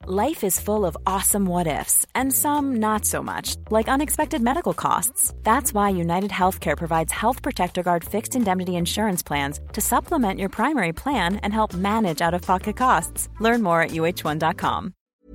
Life is full of awesome what-ifs, and some not so much, like unexpected medical costs. That's why United Healthcare provides Health Protector Guard fixed indemnity insurance plans to supplement your primary plan and help manage out-of-pocket costs. Learn more at uh1.com.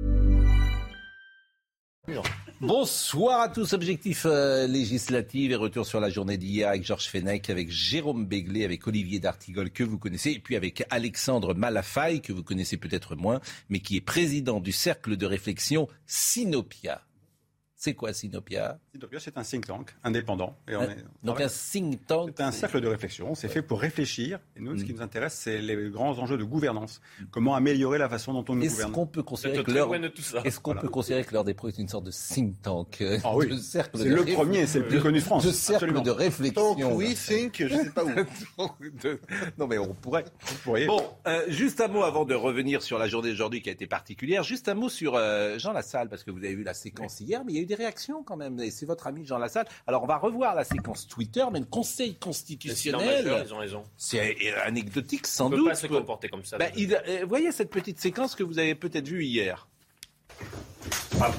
Bonsoir à tous, objectif législatif et retour sur la journée d'hier avec Georges Fenech, avec Jérôme Béglé, avec Olivier d'Artigol que vous connaissez, et puis avec Alexandre Malafaille que vous connaissez peut-être moins, mais qui est président du cercle de réflexion Sinopia. C'est quoi Sinopia ? Sinopia, c'est un think tank indépendant. Et donc un think tank. C'est un cercle de réflexion. C'est fait pour réfléchir. Et nous, ce qui nous intéresse, c'est les grands enjeux de gouvernance. Comment améliorer la façon dont on nous gouverne. Est-ce qu'on peut considérer que l'heure des pros est une sorte de think tank oui. de cercle c'est le premier, c'est le plus connu de France. De cercle Absolument. De réflexion. Donc, oui, think, je ne sais pas où. Non, mais on pourrait. Vous pourriez. Bon, juste un mot avant de revenir sur la journée d'aujourd'hui qui a été particulière. Juste un mot sur Jean Lassalle, parce que vous avez vu la séquence hier, mais il y a eu des réactions quand même. Et c'est votre ami Jean Lassalle. Alors, on va revoir la séquence Twitter, mais le Conseil constitutionnel, ils ont raison. C'est anecdotique sans doute. On ne peut pas se comporter comme ça. Vous voyez cette petite séquence que vous avez peut-être vue hier. Ah.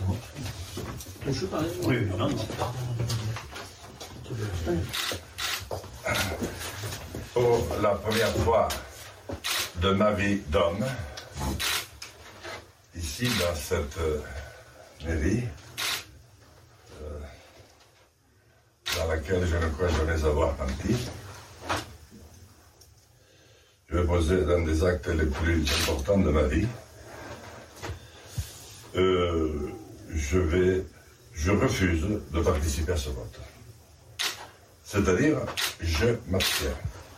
Oui, non. Pour la première fois de ma vie d'homme, ici dans cette mairie, dans laquelle je ne crois jamais avoir menti, je vais poser l'un des actes les plus importants de ma vie. Je refuse de participer à ce vote. C'est-à-dire, je m'abstiens.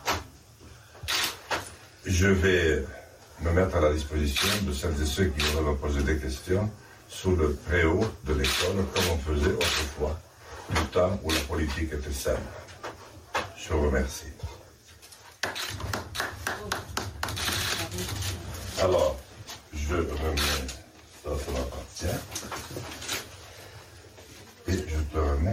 Je vais me mettre à la disposition de celles et ceux qui voudraient me poser des questions sous le préau de l'école, comme on faisait autrefois, du temps où la politique était simple. Je vous remercie. Alors, je remets, ça m'appartient, et je te remets.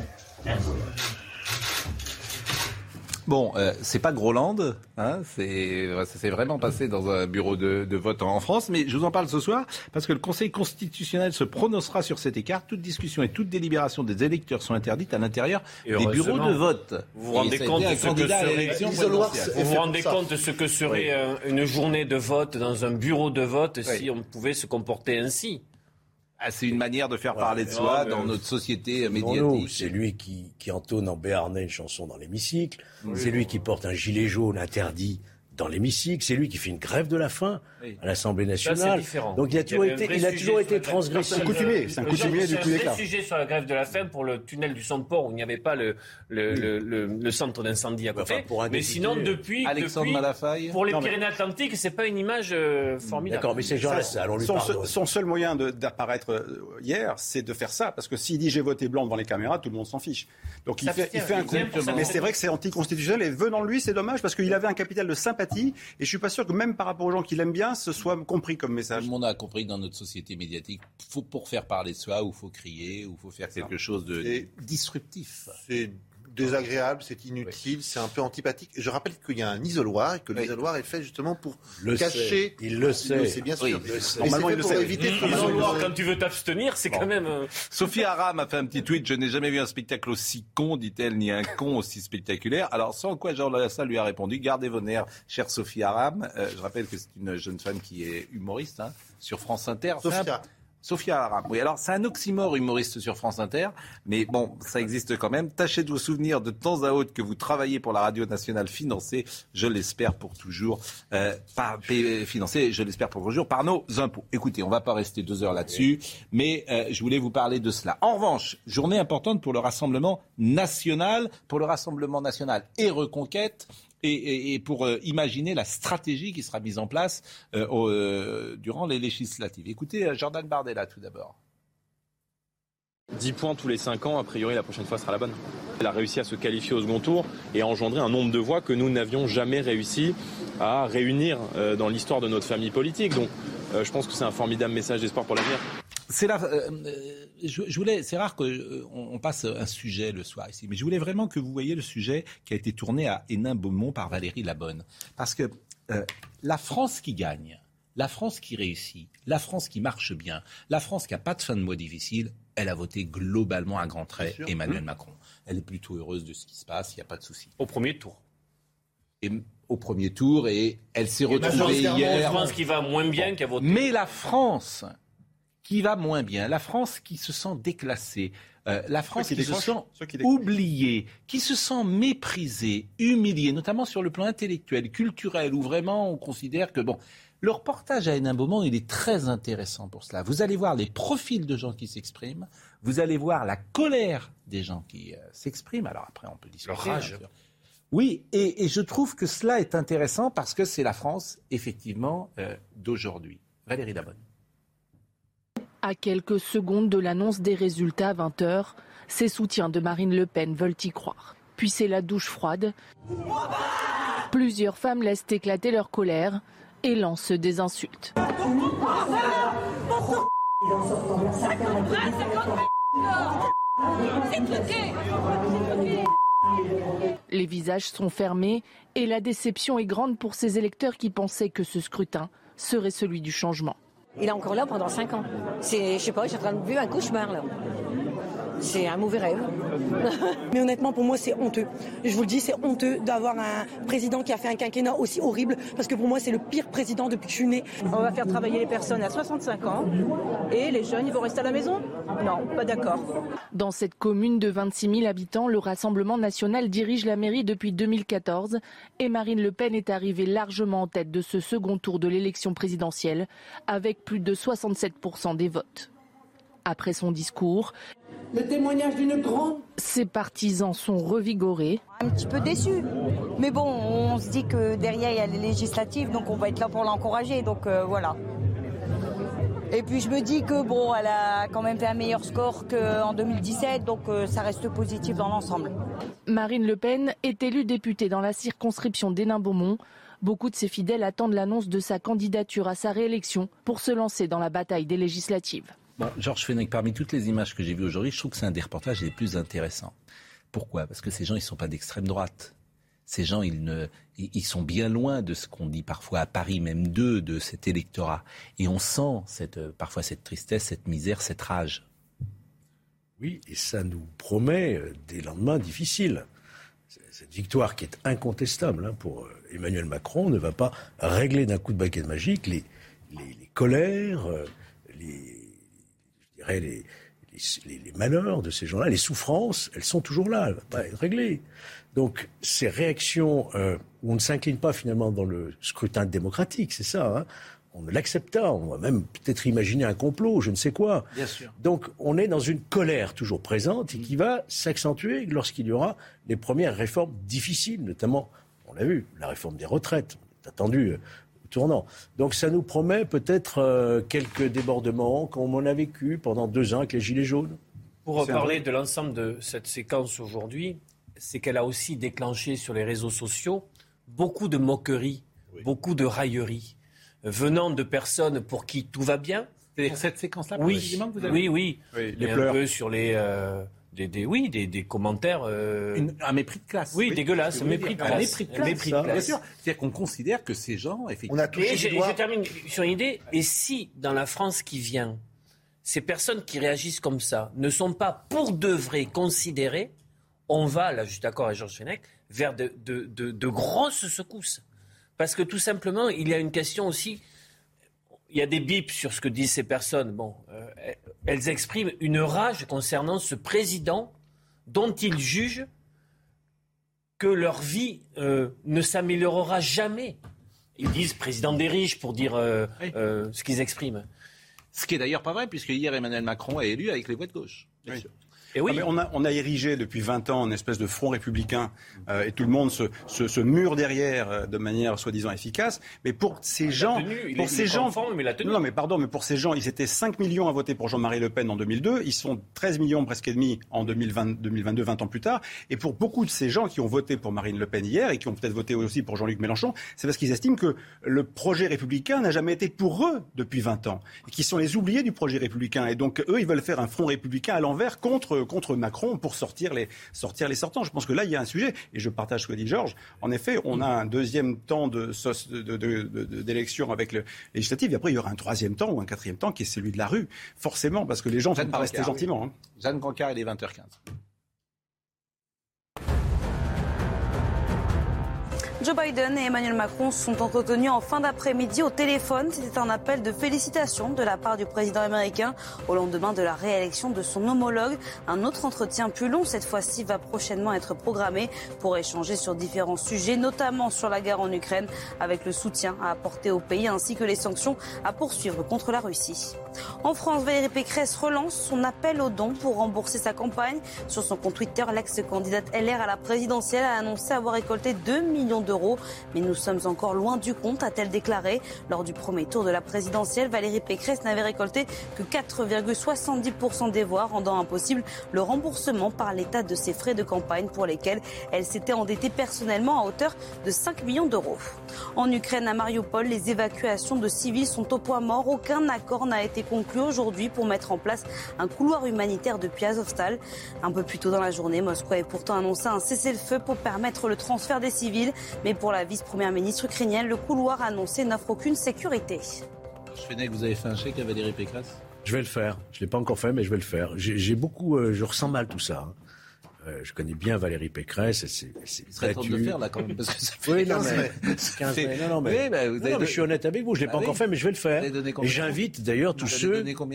Bon, c'est pas Groland, hein, ça s'est vraiment passé dans un bureau de vote en France, mais je vous en parle ce soir parce que le Conseil constitutionnel se prononcera sur cet écart. Toute discussion et toute délibération des électeurs sont interdites à l'intérieur des bureaux de vote. Vous vous rendez compte de ce que serait une journée de vote dans un bureau de vote si on pouvait se comporter ainsi? C'est une manière de faire parler de soi dans notre société médiatique. C'est lui qui entonne en béarnais une chanson dans l'hémicycle. C'est lui qui porte un gilet jaune interdit dans l'hémicycle. C'est lui qui fait une grève de la faim à l'Assemblée nationale. Donc il a toujours été transgressif. C'est un coutumier du coup d'éclat. C'est un sujet sur la grève de la faim pour le tunnel du Son-de-Port où il n'y avait pas le centre d'incendie à côté. Mais sinon, depuis Malafaille. Pour les Pyrénées-Atlantiques, c'est pas une image formidable. D'accord, mais c'est Jean Lassalle, on lui pardonne. Son seul moyen d'apparaître hier, c'est de faire ça, parce que s'il dit j'ai voté blanc devant les caméras, tout le monde s'en fiche. Donc il fait un coup. Mais c'est vrai que c'est anticonstitutionnel et venant de lui, c'est dommage parce qu'il avait un capital de sympathie. Et je suis pas sûr que même par rapport aux gens qui l'aiment bien, ce soit compris comme message. Tout le monde a compris que dans notre société médiatique, pour faire parler de soi, ou faut crier, ou faut faire quelque chose de disruptif. C'est désagréable, c'est inutile, c'est un peu antipathique. Je rappelle qu'il y a un isoloir et que l'isoloir est fait justement pour cacher. Il le sait. C'est bien sûr. Normalement, il le sait. Éviter l'isoloir, quand tu veux t'abstenir, c'est quand même. Sophie Aram a fait un petit tweet. Je n'ai jamais vu un spectacle aussi con, dit-elle, ni un con aussi spectaculaire. Alors, sans quoi Jean Lassalle lui a répondu, gardez vos nerfs, chère Sophie Aram. Je rappelle que c'est une jeune femme qui est humoriste, sur France Inter. Sophia Aram. Oui, alors c'est un oxymore humoriste sur France Inter, mais bon, ça existe quand même. Tâchez de vous souvenir de temps à autre que vous travaillez pour la radio nationale financée, je l'espère pour toujours, financée, je l'espère pour toujours par nos impôts. Écoutez, on va pas rester 2 heures là-dessus, mais je voulais vous parler de cela. En revanche, journée importante pour le Rassemblement national et Reconquête. Et pour imaginer la stratégie qui sera mise en place durant les législatives. Écoutez Jordan Bardella tout d'abord. 10 points tous les 5 ans, a priori la prochaine fois sera la bonne. Elle a réussi à se qualifier au second tour et à engendrer un nombre de voix que nous n'avions jamais réussi à réunir dans l'histoire de notre famille politique. Donc je pense que c'est un formidable message d'espoir pour l'avenir. C'est là, c'est rare qu'on passe un sujet le soir ici, mais je voulais vraiment que vous voyiez le sujet qui a été tourné à Hénin-Beaumont par Valérie Labonne. Parce que la France qui gagne, La France qui réussit, la France qui marche bien, la France qui n'a pas de fin de mois difficile, elle a voté globalement à grands traits Emmanuel Macron. Elle est plutôt heureuse de ce qui se passe, il n'y a pas de souci. Au premier tour. Au premier tour, et elle s'est retrouvée hier. La France qui va moins bien qu'à voter. Mais la France qui va moins bien, la France qui se sent déclassée, la France qui se sent oubliée, qui se sent méprisée, humiliée, notamment sur le plan intellectuel, culturel, où vraiment on considère que, le reportage à Hénin Beaumont, il est très intéressant pour cela. Vous allez voir les profils de gens qui s'expriment, vous allez voir la colère des gens qui s'expriment. Alors après, on peut discuter. Leur rage. Oui, et je trouve que cela est intéressant parce que c'est la France, effectivement, d'aujourd'hui. Valérie Labonne. À quelques secondes de l'annonce des résultats à 20h, ses soutiens de Marine Le Pen veulent y croire. Puis c'est la douche froide. Plusieurs femmes laissent éclater leur colère et lancent des insultes. Les visages sont fermés et la déception est grande pour ces électeurs qui pensaient que ce scrutin serait celui du changement. Il est encore là pendant 5 ans. Je sais pas, je suis en train de vivre un cauchemar là. C'est un mauvais rêve. Mais honnêtement, pour moi, c'est honteux. Je vous le dis, c'est honteux d'avoir un président qui a fait un quinquennat aussi horrible, parce que pour moi, c'est le pire président depuis que je suis née. On va faire travailler les personnes à 65 ans et les jeunes, ils vont rester à la maison? Non, pas d'accord. Dans cette commune de 26 000 habitants, le Rassemblement national dirige la mairie depuis 2014 et Marine Le Pen est arrivée largement en tête de ce second tour de l'élection présidentielle, avec plus de 67% des votes. Après son discours, le témoignage d'une grande... Ses partisans sont revigorés. Un petit peu déçus. Mais bon, on se dit que derrière, il y a les législatives, donc on va être là pour l'encourager. Donc voilà. Et puis je me dis que elle a quand même fait un meilleur score qu'en 2017, donc ça reste positif dans l'ensemble. Marine Le Pen est élue députée dans la circonscription d'Hénin Beaumont. Beaucoup de ses fidèles attendent l'annonce de sa candidature à sa réélection pour se lancer dans la bataille des législatives. Georges Fenech, parmi toutes les images que j'ai vues aujourd'hui, je trouve que c'est un des reportages les plus intéressants. Pourquoi ? Parce que ces gens, ils ne sont pas d'extrême droite. Ces gens, ils sont bien loin de ce qu'on dit parfois à Paris, même de cet électorat. Et on sent parfois cette tristesse, cette misère, cette rage. Oui, et ça nous promet des lendemains difficiles. Cette victoire qui est incontestable pour Emmanuel Macron ne va pas régler d'un coup de baguette magique les colères, les malheurs de ces gens-là, les souffrances, elles sont toujours là, elles ne vont pas être réglées. Donc ces réactions où on ne s'incline pas finalement dans le scrutin démocratique, c'est ça, on ne l'accepte pas, on va même peut-être imaginer un complot, je ne sais quoi. Bien sûr. Donc on est dans une colère toujours présente et qui va s'accentuer lorsqu'il y aura les premières réformes difficiles, notamment, on l'a vu, la réforme des retraites, on est attendu tournant. Donc ça nous promet peut-être quelques débordements comme on a vécu pendant 2 ans avec les Gilets jaunes. Pour parler de l'ensemble de cette séquence aujourd'hui, c'est qu'elle a aussi déclenché sur les réseaux sociaux beaucoup de moqueries, beaucoup de railleries, venant de personnes pour qui tout va bien. C'est cette séquence-là, précisément, que vous avez... Oui. Les pleurs. Un peu sur les... Des commentaires... Un mépris de classe. Oui, dégueulasse. Mépris de classe. Mépris de classe. Bien sûr. C'est-à-dire qu'on considère que ces gens, effectivement... Je termine sur une idée. Et si, dans la France qui vient, ces personnes qui réagissent comme ça ne sont pas pour de vrai considérées, on va, là, je suis d'accord avec Georges Fenech, vers de grosses secousses. Parce que tout simplement, il y a une question aussi... Il y a des bips sur ce que disent ces personnes. Elles expriment une rage concernant ce président dont ils jugent que leur vie ne s'améliorera jamais. Ils disent président des riches pour dire ce qu'ils expriment. Ce qui est d'ailleurs pas vrai, puisque hier Emmanuel Macron a élu avec les voix de gauche. Bien sûr. Et oui. Mais on a érigé depuis 20 ans une espèce de front républicain et tout le monde se mure derrière de manière soi-disant efficace. Mais pour ces gens, non mais pardon, mais pour ces gens, ils étaient 5 millions à voter pour Jean-Marie Le Pen en 2002, ils sont 13 millions presque et demi en 2022, 20 ans plus tard. Et pour beaucoup de ces gens qui ont voté pour Marine Le Pen hier et qui ont peut-être voté aussi pour Jean-Luc Mélenchon, c'est parce qu'ils estiment que le projet républicain n'a jamais été pour eux depuis 20 ans et qu'ils sont les oubliés du projet républicain. Et donc eux, ils veulent faire un front républicain à l'envers contre contre Macron pour sortir les sortants. Je pense que là, il y a un sujet. Et je partage ce que dit Georges. En effet, on a un deuxième temps d'élection avec le législatif. Et après, il y aura un troisième temps ou un quatrième temps qui est celui de la rue. Forcément, parce que les gens ne vont pas rester gentiment. Hein. Jeanne Cancard, il est 20h15. Joe Biden et Emmanuel Macron se sont entretenus en fin d'après-midi au téléphone. C'était un appel de félicitations de la part du président américain au lendemain de la réélection de son homologue. Un autre entretien plus long, cette fois-ci, va prochainement être programmé pour échanger sur différents sujets, notamment sur la guerre en Ukraine, avec le soutien à apporter au pays ainsi que les sanctions à poursuivre contre la Russie. En France, Valérie Pécresse relance son appel aux dons pour rembourser sa campagne. Sur son compte Twitter, l'ex-candidate LR à la présidentielle a annoncé avoir récolté 2 millions d'euros. Mais nous sommes encore loin du compte, a-t-elle déclaré. Lors du premier tour de la présidentielle, Valérie Pécresse n'avait récolté que 4,70% des voix, rendant impossible le remboursement par l'État de ses frais de campagne pour lesquels elle s'était endettée personnellement à hauteur de 5 millions d'euros. En Ukraine, à Mariupol, les évacuations de civils sont au point mort. Aucun accord n'a été conclu aujourd'hui pour mettre en place un couloir humanitaire depuis Azovstal. Un peu plus tôt dans la journée, Moscou avait pourtant annoncé un cessez-le-feu pour permettre le transfert des civils. Mais pour la vice-première ministre ukrainienne, le couloir annoncé n'offre aucune sécurité. Fenech, vous avez fait un chèque à Valérie Pécresse ? Je vais le faire. Je ne l'ai pas encore fait, mais je vais le faire. Je ressens mal tout ça. Je connais bien Valérie Pécresse. Il serait temps de le faire, là, quand même, parce que ça fait oui, 15 mai. Non, mais je suis honnête avec vous. Je ne l'ai pas encore fait, mais je vais le faire. Et j'invite d'ailleurs tous ceux... Vous avez donné combien ?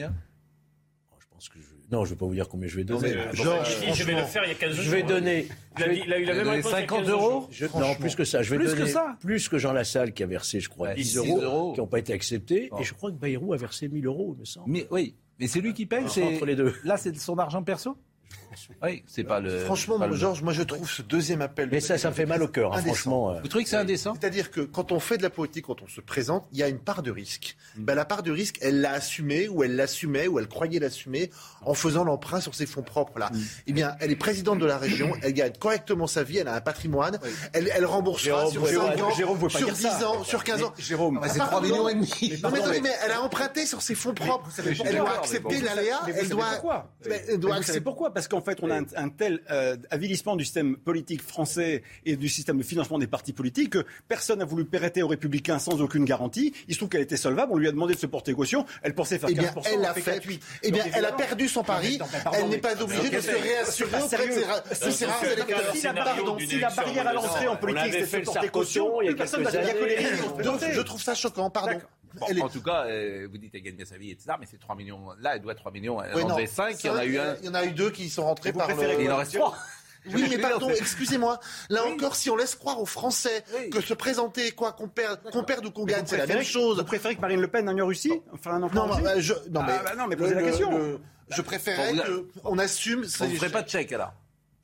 Non, je ne vais pas vous dire combien je vais donner. Je vais le faire il y a 15 jours. Je vais donner. Il a eu la même réponse. 50 euros ? Non, plus que ça. Je vais donner plus que Jean Lassalle qui a versé, je crois, 10 euros qui n'ont pas été acceptés. Bon. Et je crois que Bayrou a versé 1 000 euros, il me semble. Mais oui, mais c'est lui qui paye. C'est entre les deux. Là, c'est son argent perso. Oui, c'est pas le. Franchement, Georges, moi je trouve ce deuxième appel. Mais ça me fait mal au cœur, franchement. Vous trouvez que c'est indécent ? C'est-à-dire que quand on fait de la politique, quand on se présente, il y a une part de risque. La part de risque, elle l'a assumée, ou elle l'assumait, ou elle croyait l'assumer en faisant l'emprunt sur ses fonds propres là. Eh bien, elle est présidente de la région, elle gagne correctement sa vie, elle a un patrimoine, elle remboursera sur 5 ans, sur 10 ans, sur 15 ans. Jérôme, c'est 3,5 millions. Non mais elle a emprunté sur ses fonds propres. Elle doit accepter l'aléa. Elle doit accepter. Pourquoi ? Parce qu'en fait, on a un tel avilissement du système politique français et du système de financement des partis politiques que personne n'a voulu prêter aux Républicains sans aucune garantie. Il se trouve qu'elle était solvable, on lui a demandé de se porter caution, elle pensait faire 15%, elle a fait 8. Eh bien, elle a perdu son pari, elle n'est pas obligée de se réassurer auprès de ses rares électeurs. Si la barrière à l'entrée en politique, c'est de se porter caution, plus personne ne va dire que les risques. Je trouve ça choquant, pardon. Bon, en tout cas, vous dites qu'elle gagne bien sa vie, etc. Mais c'est 3 millions. Là, elle doit 3 millions. Elle en devait 5. Il y en a eu un. Il y en a eu 2 qui sont rentrés par Il en reste 3. Oui, mais pardon, excusez-moi. Là encore, si on laisse croire aux Français que se présenter, qu'on perde ou qu'on gagne, c'est la même chose. Vous préférez que Marine Le Pen aille en Russie ? Enfin, un enfant en Russie ? Non, mais posez la question. Je préférais qu'on assume. On ne ferait pas de chèque, alors.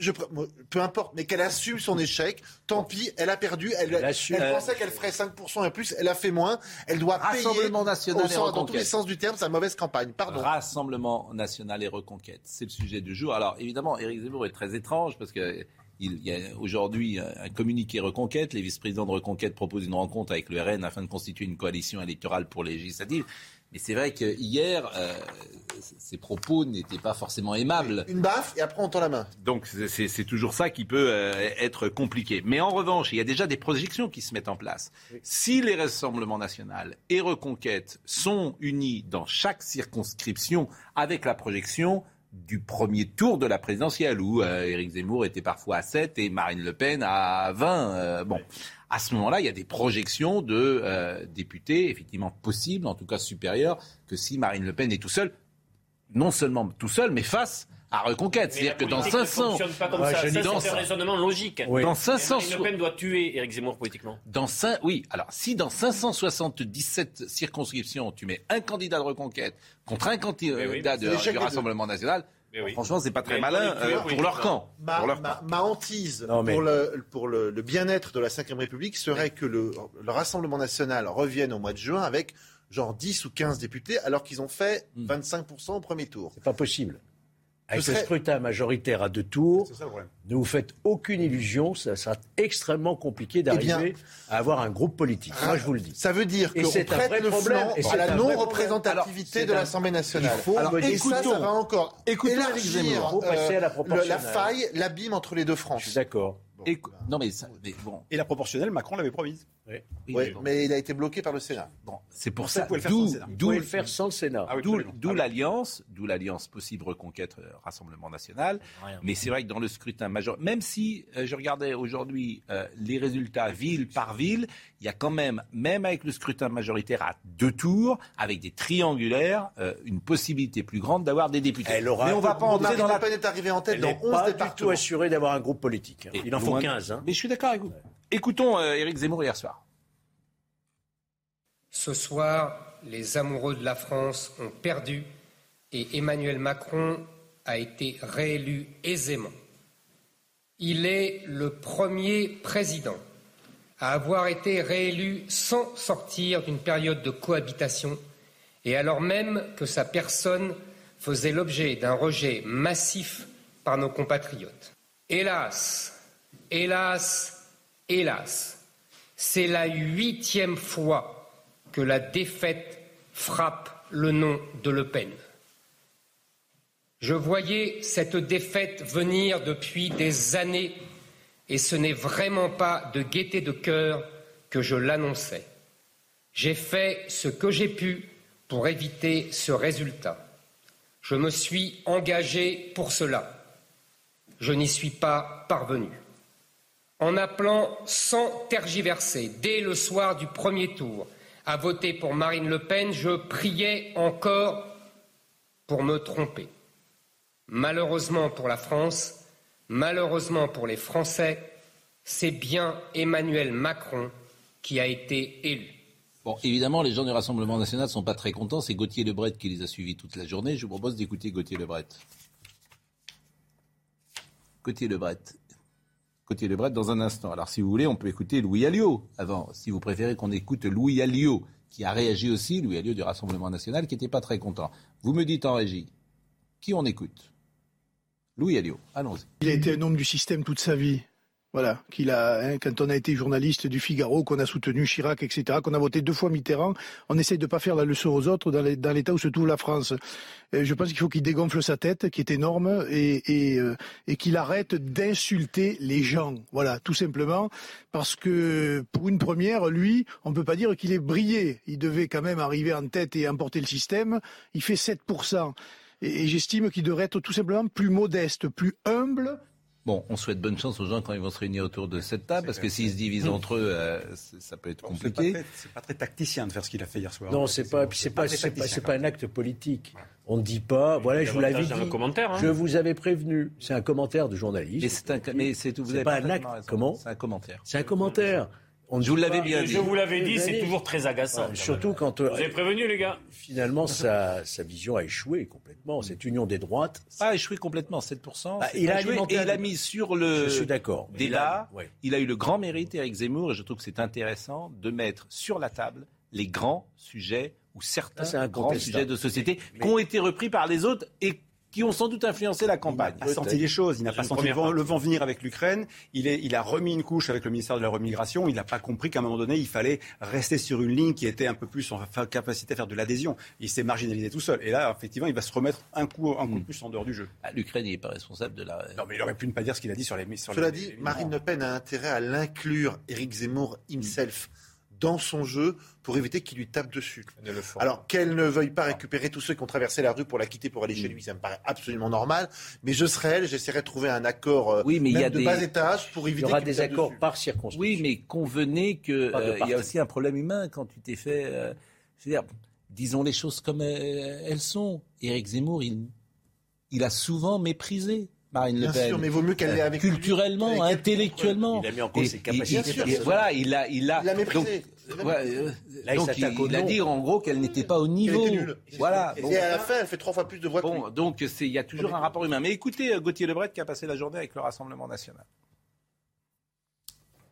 Peu importe, mais qu'elle assume son échec. Tant pis, elle a perdu. Elle pensait qu'elle ferait 5% et plus. Elle a fait moins. Elle doit payer. Rassemblement national et reconquête. Dans tous les sens du terme, sa mauvaise campagne. Pardon. Rassemblement national et reconquête. C'est le sujet du jour. Alors, évidemment, Éric Zemmour est très étrange parce que il y a aujourd'hui un communiqué Reconquête. Les vice-présidents de Reconquête proposent une rencontre avec le RN afin de constituer une coalition électorale pour les législatives. Mais c'est vrai que hier, ces propos n'étaient pas forcément aimables. Une baffe et après on tend la main. Donc c'est toujours ça qui peut être compliqué. Mais en revanche, il y a déjà des projections qui se mettent en place. Si les Rassemblements nationaux et Reconquête sont unis dans chaque circonscription avec la projection du premier tour de la présidentielle, où Éric Zemmour était parfois à 7 et Marine Le Pen à 20. À ce moment-là, il y a des projections de députés, effectivement possibles, en tout cas supérieures, que si Marine Le Pen est tout seul, non seulement tout seul, mais face à Reconquête. C'est-à-dire que dans 500... ne fonctionne pas comme ça. C'est un raisonnement logique. Oui. Dans 500... Marine Le Pen doit tuer Éric Zemmour politiquement. Oui, alors si dans 577 circonscriptions, tu mets un candidat de Reconquête contre un candidat du Rassemblement national... Oui. Franchement, c'est pas très malin pour leur camp. Ma hantise pour le bien-être de la Ve République serait que le Rassemblement national revienne au mois de juin avec genre 10 ou 15 députés alors qu'ils ont fait 25% au premier tour. C'est pas possible. Avec le scrutin majoritaire à 2 tours, ne vous faites aucune illusion, ça sera extrêmement compliqué d'arriver à avoir un groupe politique. Moi, je vous le dis. Ça veut dire qu'on prête le flanc à la non-représentativité de l'Assemblée nationale. Et ça va encore élargir la faille, l'abîme entre les deux France. Je suis d'accord. Et la proportionnelle, Macron l'avait promise. Oui, mais il a été bloqué par le Sénat. Bon, c'est pour ça. D'où le faire sans le Sénat. D'où l'alliance possible reconquête Rassemblement National. Mais c'est vrai que dans le scrutin majoritaire, même si je regardais aujourd'hui les résultats ville par ville, il y a quand même avec le scrutin majoritaire à 2 tours, avec des triangulaires, une possibilité plus grande d'avoir des députés. Mais on va pas entrer dans la peine est arrivée en tête dans 11 départements. Elle n'est pas du tout assurée d'avoir un groupe politique. Il en faut 15. Mais je suis d'accord avec vous. Écoutons Éric Zemmour hier soir. Ce soir, les amoureux de la France ont perdu et Emmanuel Macron a été réélu aisément. Il est le premier président à avoir été réélu sans sortir d'une période de cohabitation et alors même que sa personne faisait l'objet d'un rejet massif par nos compatriotes. Hélas, c'est la 8e fois que la défaite frappe le nom de Le Pen. Je voyais cette défaite venir depuis des années et ce n'est vraiment pas de gaieté de cœur que je l'annonçais. J'ai fait ce que j'ai pu pour éviter ce résultat. Je me suis engagé pour cela. Je n'y suis pas parvenu. En appelant sans tergiverser, dès le soir du premier tour, à voter pour Marine Le Pen, je priais encore pour me tromper. Malheureusement pour la France, malheureusement pour les Français, c'est bien Emmanuel Macron qui a été élu. Bon, évidemment, les gens du Rassemblement National ne sont pas très contents. C'est Gauthier Lebret qui les a suivis toute la journée. Je vous propose d'écouter Gauthier Lebret. Gauthier Lebret dans un instant. Alors si vous voulez, on peut écouter Louis Alliot avant. Si vous préférez qu'on écoute Louis Alliot, qui a réagi aussi, Louis Alliot du Rassemblement National, qui n'était pas très content. Vous me dites en régie, qui on écoute ? Louis Alliot, allons-y. Il a été un homme du système toute sa vie. Voilà, quand on a été journaliste du Figaro, qu'on a soutenu Chirac, etc., qu'on a voté 2 fois Mitterrand, on essaye de pas faire la leçon aux autres dans l'état où se trouve la France. Je pense qu'il faut qu'il dégonfle sa tête, qui est énorme, et qu'il arrête d'insulter les gens. Voilà, tout simplement, parce que pour une première, lui, on peut pas dire qu'il ait brillé. Il devait quand même arriver en tête et emporter le système. Il fait 7%. Et j'estime qu'il devrait être tout simplement plus modeste, plus humble. Bon, on souhaite bonne chance aux gens quand ils vont se réunir autour de cette table, parce que s'ils se divisent entre eux, ça peut être compliqué. C'est pas très tacticien de faire ce qu'il a fait hier soir. Non, c'est pas un acte politique. On ne dit pas, voilà, je vous l'avais dit. Un commentaire, je vous avais prévenu. C'est un commentaire de journaliste. C'est pas un acte. Comment ? C'est un commentaire. C'est un commentaire. Je vous l'avais bien dit. Je vous l'avais dit, c'est toujours très agaçant. Surtout quand... Vous avez prévenu, les gars. Finalement, sa vision a échoué complètement. Cette union des droites... Pas échoué complètement, 7%. Il a mis sur le je suis d'accord. Débat. Il a eu le grand mérite, Éric Zemmour, et je trouve que c'est intéressant de mettre sur la table les grands sujets ou certains grands sujets de société qui ont été repris par les autres et qui ont sans doute influencé la campagne. Il n'a pas senti les choses, il n'a pas senti le vent venir avec l'Ukraine, il a remis une couche avec le ministère de la Remigration, il n'a pas compris qu'à un moment donné, il fallait rester sur une ligne qui était un peu plus en capacité à faire de l'adhésion. Il s'est marginalisé tout seul. Et là, effectivement, il va se remettre un coup plus en dehors du jeu. L'Ukraine n'est pas responsable de la... Non, mais il aurait pu ne pas dire ce qu'il a dit sur les... Cela dit, Marine Le Pen a intérêt à l'inclure, Éric Zemmour himself, dans son jeu pour éviter qu'il lui tape dessus. Alors qu'elle ne veuille pas récupérer tous ceux qui ont traversé la rue pour la quitter pour aller chez lui, ça me paraît absolument normal. Mais je serais elle, j'essaierai de trouver un accord de bas étage pour éviter qu'il y aura des accords par circonstance. Oui, mais convenez qu'il y a aussi un problème humain quand tu t'es fait... disons les choses comme elles sont. Éric Zemmour, il a souvent méprisé Marine Le Pen. Bien sûr, mais vaut mieux qu'elle l'ait avec culturellement, lui, intellectuellement. Il a mis en cause ses capacités. Voilà, il a méprisé. Donc il a dit en gros qu'elle n'était pas au niveau. Voilà. Et à la fin, elle fait 3 fois plus de voix que lui. Donc il y a toujours un rapport humain. Mais écoutez Gauthier Lebret qui a passé la journée avec le Rassemblement National.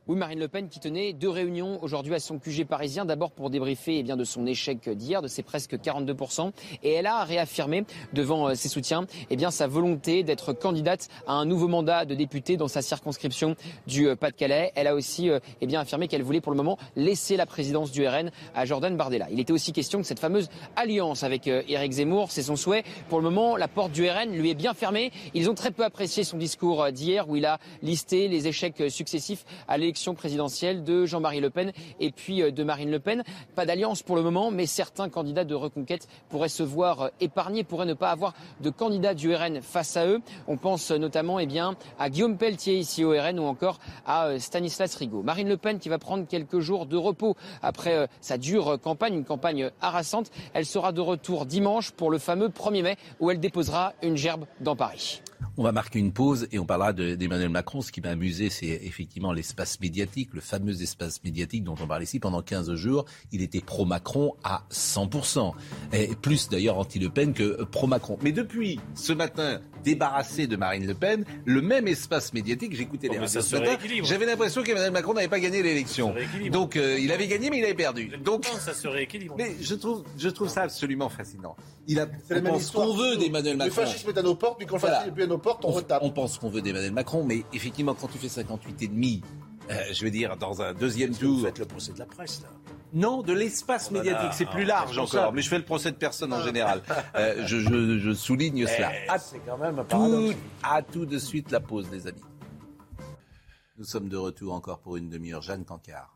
Oui, Marine Le Pen qui tenait 2 réunions aujourd'hui à son QG parisien. D'abord pour débriefer de son échec d'hier, de ses presque 42%. Et elle a réaffirmé devant ses soutiens sa volonté d'être candidate à un nouveau mandat de députée dans sa circonscription du Pas-de-Calais. Elle a aussi affirmé qu'elle voulait pour le moment laisser la présidence du RN à Jordan Bardella. Il était aussi question de cette fameuse alliance avec Éric Zemmour. C'est son souhait. Pour le moment, la porte du RN lui est bien fermée. Ils ont très peu apprécié son discours d'hier où il a listé les échecs successifs à l'élection présidentielle de Jean-Marie Le Pen et puis de Marine Le Pen. Pas d'alliance pour le moment, mais certains candidats de Reconquête pourraient se voir épargnés, pourraient ne pas avoir de candidat du RN face à eux. On pense notamment à Guillaume Pelletier ici au RN ou encore à Stanislas Rigaud. Marine Le Pen qui va prendre quelques jours de repos après sa dure campagne, une campagne harassante. Elle sera de retour dimanche pour le fameux 1er mai où elle déposera une gerbe dans Paris. On va marquer une pause et on parlera d'Emmanuel Macron. Ce qui m'a amusé, c'est effectivement l'espace médiatique, le fameux espace médiatique dont on parle ici. Pendant 15 jours, il était pro-Macron à 100%. Et plus d'ailleurs anti-Le Pen que pro-Macron. Mais depuis ce matin, débarrassé de Marine Le Pen, le même espace médiatique, j'écoutais les radios ce matin, j'avais l'impression qu'Emmanuel Macron n'avait pas gagné l'élection. Donc il avait gagné mais il avait perdu. Donc ça se rééquilibre. Mais je trouve ça absolument fascinant. On pense qu'on veut d'Emmanuel Macron. Le fascisme est à nos portes, puis quand le fascisme est plus à nos portes, on retape. On pense qu'on veut d'Emmanuel Macron, mais effectivement, quand tu fais 58,5, je veux dire, dans un deuxième tour... Vous faites le procès de la presse, là. Non, de l'espace médiatique, c'est plus large encore. Mais je fais le procès de personne en général. Je souligne cela. C'est quand même un paradoxe. À tout de suite la pause, les amis. Nous sommes de retour encore pour une demi-heure. Jeanne Cancard.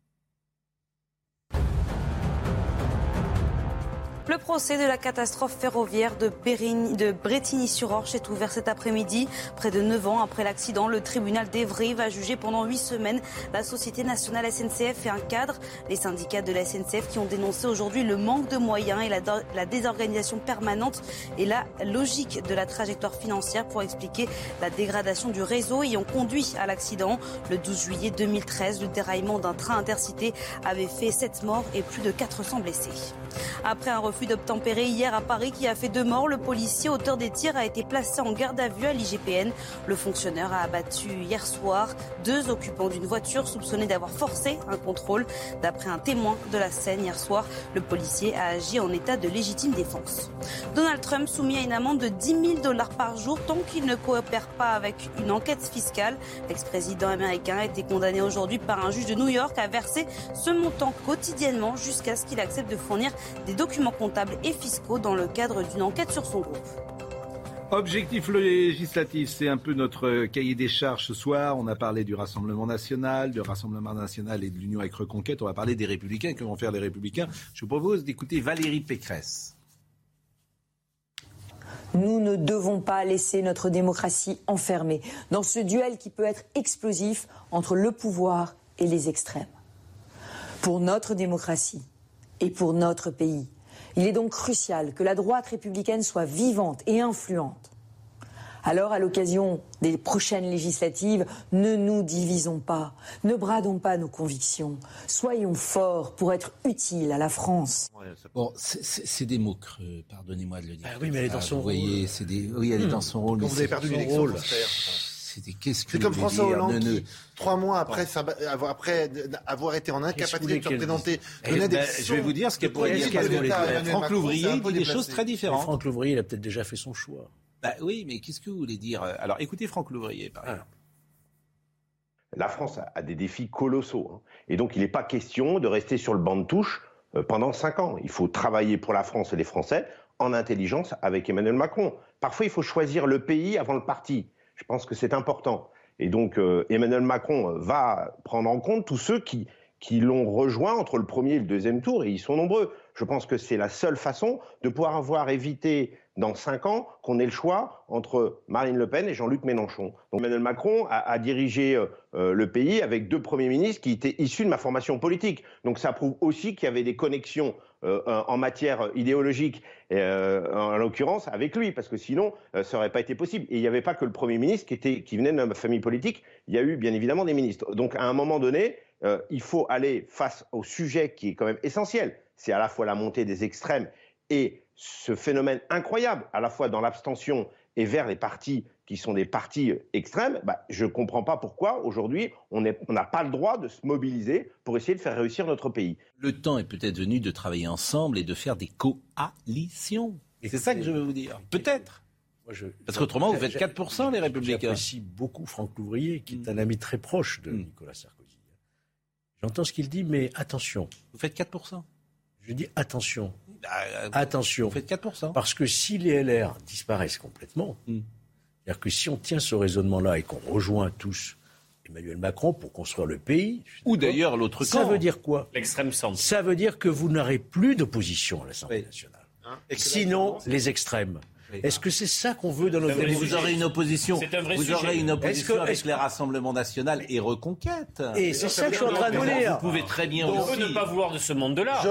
Le procès de la catastrophe ferroviaire de Brétigny-sur-Orge est ouvert cet après-midi. Près de 9 ans après l'accident, le tribunal d'Évry va juger pendant 8 semaines la Société nationale SNCF et un cadre. Les syndicats de la SNCF qui ont dénoncé aujourd'hui le manque de moyens et la désorganisation permanente et la logique de la trajectoire financière pour expliquer la dégradation du réseau ayant conduit à l'accident. Le 12 juillet 2013, le déraillement d'un train intercité avait fait 7 morts et plus de 400 blessés. Après un refus d'obtempérer hier à Paris qui a fait 2 morts, le policier auteur des tirs a été placé en garde à vue à l'IGPN. Le fonctionnaire a abattu hier soir 2 occupants d'une voiture soupçonnés d'avoir forcé un contrôle. D'après un témoin de la scène hier soir, le policier a agi en état de légitime défense. Donald Trump soumis à une amende de $10 000 par jour tant qu'il ne coopère pas avec une enquête fiscale. L'ex-président américain a été condamné aujourd'hui par un juge de New York à verser ce montant quotidiennement jusqu'à ce qu'il accepte de fournir des documents comptables et fiscaux dans le cadre d'une enquête sur son groupe. Objectif législatif, c'est un peu notre cahier des charges ce soir. On a parlé du Rassemblement national, et de l'Union avec Reconquête. On va parler des Républicains. Que vont faire les Républicains ? Je vous propose d'écouter Valérie Pécresse. Nous ne devons pas laisser notre démocratie enfermée dans ce duel qui peut être explosif entre le pouvoir et les extrêmes. Pour notre démocratie et pour notre pays, il est donc crucial que la droite républicaine soit vivante et influente. Alors, à l'occasion des prochaines législatives, ne nous divisons pas, ne bradons pas nos convictions, soyons forts pour être utiles à la France. Bon, c'est des mots creux, pardonnez-moi de le dire. Ah oui, mais elle est dans son rôle. Oui, elle est dans son rôle. Quand vous avez perdu l'élection, c'est comme François Hollande qui, 3 mois après avoir été en incapacité de se représenter, je vais vous dire ce qu'elle pourrait dire. Franck Louvrier dit des choses très différentes. Franck Louvrier, il a peut-être déjà fait son choix. Oui, mais qu'est-ce que vous voulez dire ? Alors, écoutez Franck Louvrier, par exemple. La France a des défis colossaux. Et donc, il n'est pas question de rester sur le banc de touche pendant 5 ans. Il faut travailler pour la France et les Français en intelligence avec Emmanuel Macron. Parfois, il faut choisir le pays avant le parti. Je pense que c'est important. Et donc, Emmanuel Macron va prendre en compte tous ceux qui l'ont rejoint entre le premier et le deuxième tour, et ils sont nombreux. Je pense que c'est la seule façon de pouvoir avoir évité dans 5 ans qu'on ait le choix entre Marine Le Pen et Jean-Luc Mélenchon. Donc Emmanuel Macron a dirigé le pays avec 2 premiers ministres qui étaient issus de ma formation politique. Donc ça prouve aussi qu'il y avait des connexions en matière idéologique, en l'occurrence avec lui, parce que sinon ça n'aurait pas été possible. Et il n'y avait pas que le Premier ministre qui venait de ma famille politique, il y a eu bien évidemment des ministres. Donc à un moment donné, il faut aller face au sujet qui est quand même essentiel. C'est à la fois la montée des extrêmes et ce phénomène incroyable, à la fois dans l'abstention et vers les partis qui sont des partis extrêmes, je ne comprends pas pourquoi, aujourd'hui, on n'a pas le droit de se mobiliser pour essayer de faire réussir notre pays. Le temps est peut-être venu de travailler ensemble et de faire des coalitions. C'est ça que je veux vous dire. Peut-être. Parce qu'autrement, vous faites 4%, les Républicains. J'apprécie beaucoup Franck Louvrier, qui est un ami très proche de Nicolas Sarkozy. J'entends ce qu'il dit, mais attention. Vous faites 4%. Je dis attention. Attention. Vous faites 4%. Parce que si les LR disparaissent complètement, c'est-à-dire que si on tient ce raisonnement-là et qu'on rejoint tous Emmanuel Macron pour construire le pays... Ou d'ailleurs l'autre camp. Ça veut dire quoi ? L'extrême centre. Ça veut dire que vous n'aurez plus d'opposition à l'Assemblée nationale. Sinon, les extrêmes. Est-ce que c'est ça qu'on veut dans notre démocratie ? Vous aurez une opposition. C'est un vrai vous sujet. aurez une opposition avec les Rassemblements nationaux et Reconquête. Et c'est ça que je suis en train de vous dire. Vous pouvez très bien On aussi. peut ne pas vouloir de ce monde-là.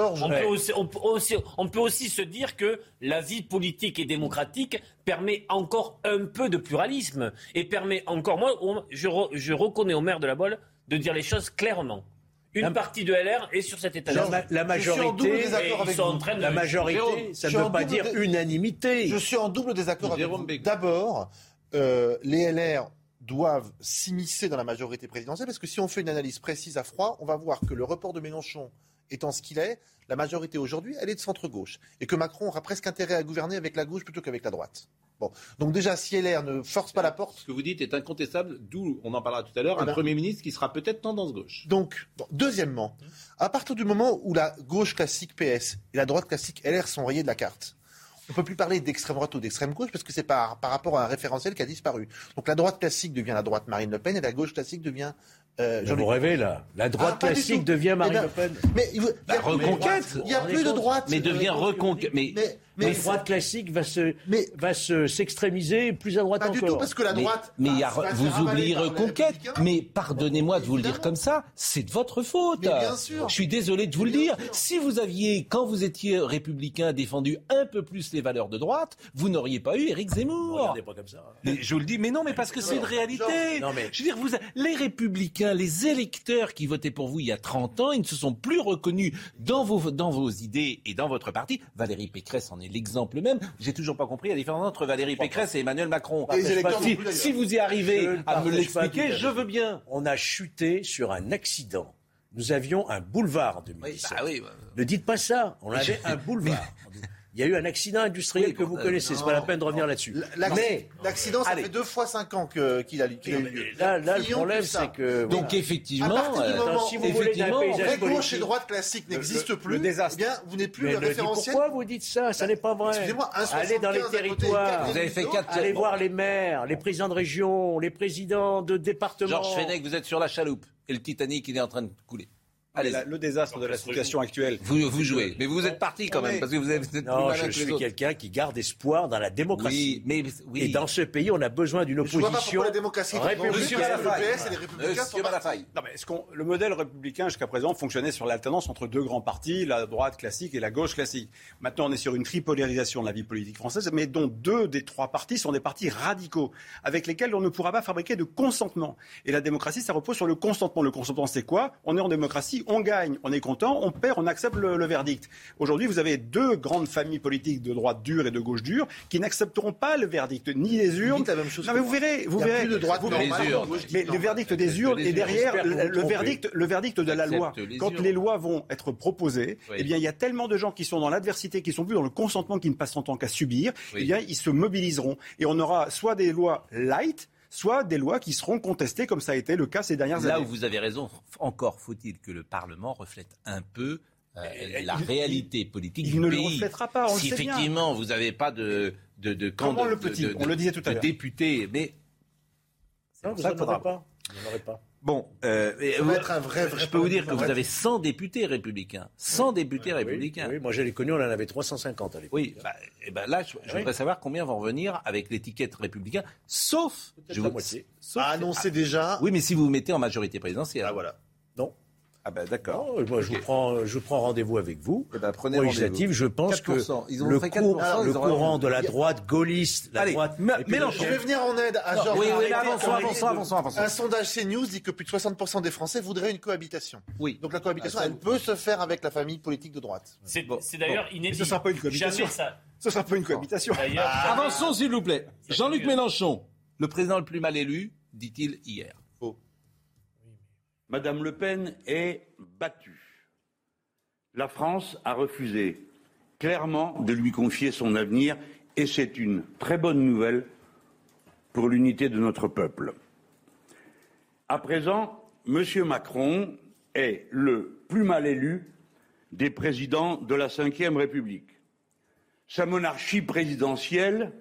On peut aussi se dire que la vie politique et démocratique permet encore un peu de pluralisme et permet encore. Moi, je reconnais au maire de la Bolle de dire les choses clairement. Une partie de LR est sur cet état. La majorité, la majorité, ça ne veut pas dire unanimité. Je suis en double désaccord avec vous. D'abord, les LR doivent s'immiscer dans la majorité présidentielle parce que si on fait une analyse précise à froid, on va voir que le report de Mélenchon étant ce qu'il est, la majorité aujourd'hui, elle est de centre-gauche. Et que Macron aura presque intérêt à gouverner avec la gauche plutôt qu'avec la droite. Bon. Donc déjà, si LR ne force pas la porte... Ce que vous dites est incontestable, d'où, on en parlera tout à l'heure, un Premier ministre qui sera peut-être tendance gauche. Donc, deuxièmement, à partir du moment où la gauche classique PS et la droite classique LR sont rayées de la carte, on ne peut plus parler d'extrême droite ou d'extrême gauche parce que c'est par rapport à un référentiel qui a disparu. Donc la droite classique devient la droite Marine Le Pen et la gauche classique devient... vous rêvez là. La droite classique devient Marine Le Pen. Mais Reconquête. Il n'y a plus de droite. Mais devient Reconquête. Mais la droite classique va s'extrémiser plus à droite pas encore. Du tout, parce que la droite... vous oubliez Reconquête. Mais pardonnez-moi de vous le dire comme ça, c'est de votre faute. Mais bien sûr. Je suis désolé de vous le dire. Si vous aviez, quand vous étiez républicain, défendu un peu plus les valeurs de droite, vous n'auriez pas eu Éric Zemmour. Regardez pas comme ça. Mais je vous le dis, mais non, mais parce que c'est une réalité. Je veux dire, les républicains, les électeurs qui votaient pour vous il y a 30 ans, ils ne se sont plus reconnus dans vos idées et dans votre parti. Valérie Pécresse en est l'exemple même. J'ai toujours pas compris la différence entre Valérie Pécresse et Emmanuel Macron. Si vous y arrivez à me l'expliquer, je veux bien. On a chuté sur un accident. Nous avions un boulevard en 2017. Ne dites pas ça. On avait un boulevard. Il y a eu un accident industriel que vous connaissez. C'est pas la peine de revenir là-dessus. L'accident, ça fait 2 fois 5 ans qu'il a eu lieu. Là, le problème, c'est que... Donc, effectivement, à partir du moment si vous voulez d'un paysage gauche et droite classique n'existe plus, eh bien, vous n'êtes plus le référentiel. Pourquoi vous dites ça ? Ça n'est pas vrai. Excusez-moi, allez dans les territoires. Vous avez fait 4... Allez voir les maires, les présidents de région, les présidents de département. Georges Fenech, vous êtes sur la chaloupe. Et le Titanic, il est en train de couler. Le désastre de la situation actuelle. Vous jouez. Mais vous êtes parti quand même, parce que vous êtes plus malin que les autres. Je suis quelqu'un qui garde espoir dans la démocratie. Oui. Et dans ce pays, on a besoin d'une opposition. Je vois pas pourquoi la démocratie républicaine. Le modèle républicain jusqu'à présent fonctionnait sur l'alternance entre 2 grands partis, la droite classique et la gauche classique. Maintenant, on est sur une tripolarisation de la vie politique française, mais dont 2 des 3 partis sont des partis radicaux, avec lesquels on ne pourra pas fabriquer de consentement. Et la démocratie, ça repose sur le consentement. Le consentement, c'est quoi ? On est en démocratie. On gagne, on est content, on perd, on accepte le verdict. Aujourd'hui, vous avez 2 grandes familles politiques de droite dure et de gauche dure qui n'accepteront pas le verdict, ni les urnes. Non, mais vous verrez. Il n'y a plus de droite normale. Mais le verdict des urnes est derrière le verdict de la loi. Quand les lois vont être proposées, eh bien, il y a tellement de gens qui sont dans l'adversité, qui sont plus dans le consentement, qui ne passent son temps qu'à subir, eh bien, ils se mobiliseront. Et on aura soit des lois light, soit des lois qui seront contestées, comme ça a été le cas ces dernières années. Là où vous avez raison, encore faut-il que le Parlement reflète un peu la réalité politique du pays. Il ne le reflètera pas, on le sait bien. Si effectivement vous n'avez pas de on le disait tout à l'heure. Députés, mais... Non, vous n'en aurez pas. Vous n'en aurez pas. Bon, je peux vous dire que vous avez 100 députés républicains. 100 députés républicains. Oui, moi je l'ai connu, on en avait 350 à l'époque. Oui, là, je voudrais savoir combien vont revenir avec l'étiquette républicain, sauf... la moitié. Annoncé déjà. Oui, mais si vous vous mettez en majorité présidentielle. Ah voilà. Non. Ah ben d'accord. Non, moi je prends rendez-vous avec vous. Prenez législative, je pense 4%. Que le courant de la droite gaulliste, Mélenchon. Je vais venir en aide à Georges. Oui, avançons. Un sondage CNews dit que plus de 60% des Français voudraient une cohabitation. Oui. Donc la cohabitation, elle peut se faire avec la famille politique de droite. C'est d'ailleurs inédit. Ce ne sera pas une cohabitation. Ce ne sera pas une cohabitation. Avançons s'il vous plaît. Jean-Luc Mélenchon. le président le plus mal élu, dit-il hier. Faux. Madame Le Pen est battue. La France a refusé clairement de lui confier son avenir et c'est une très bonne nouvelle pour l'unité de notre peuple. À présent, M. Macron est le plus mal élu des présidents de la Ve République. Sa monarchie présidentielle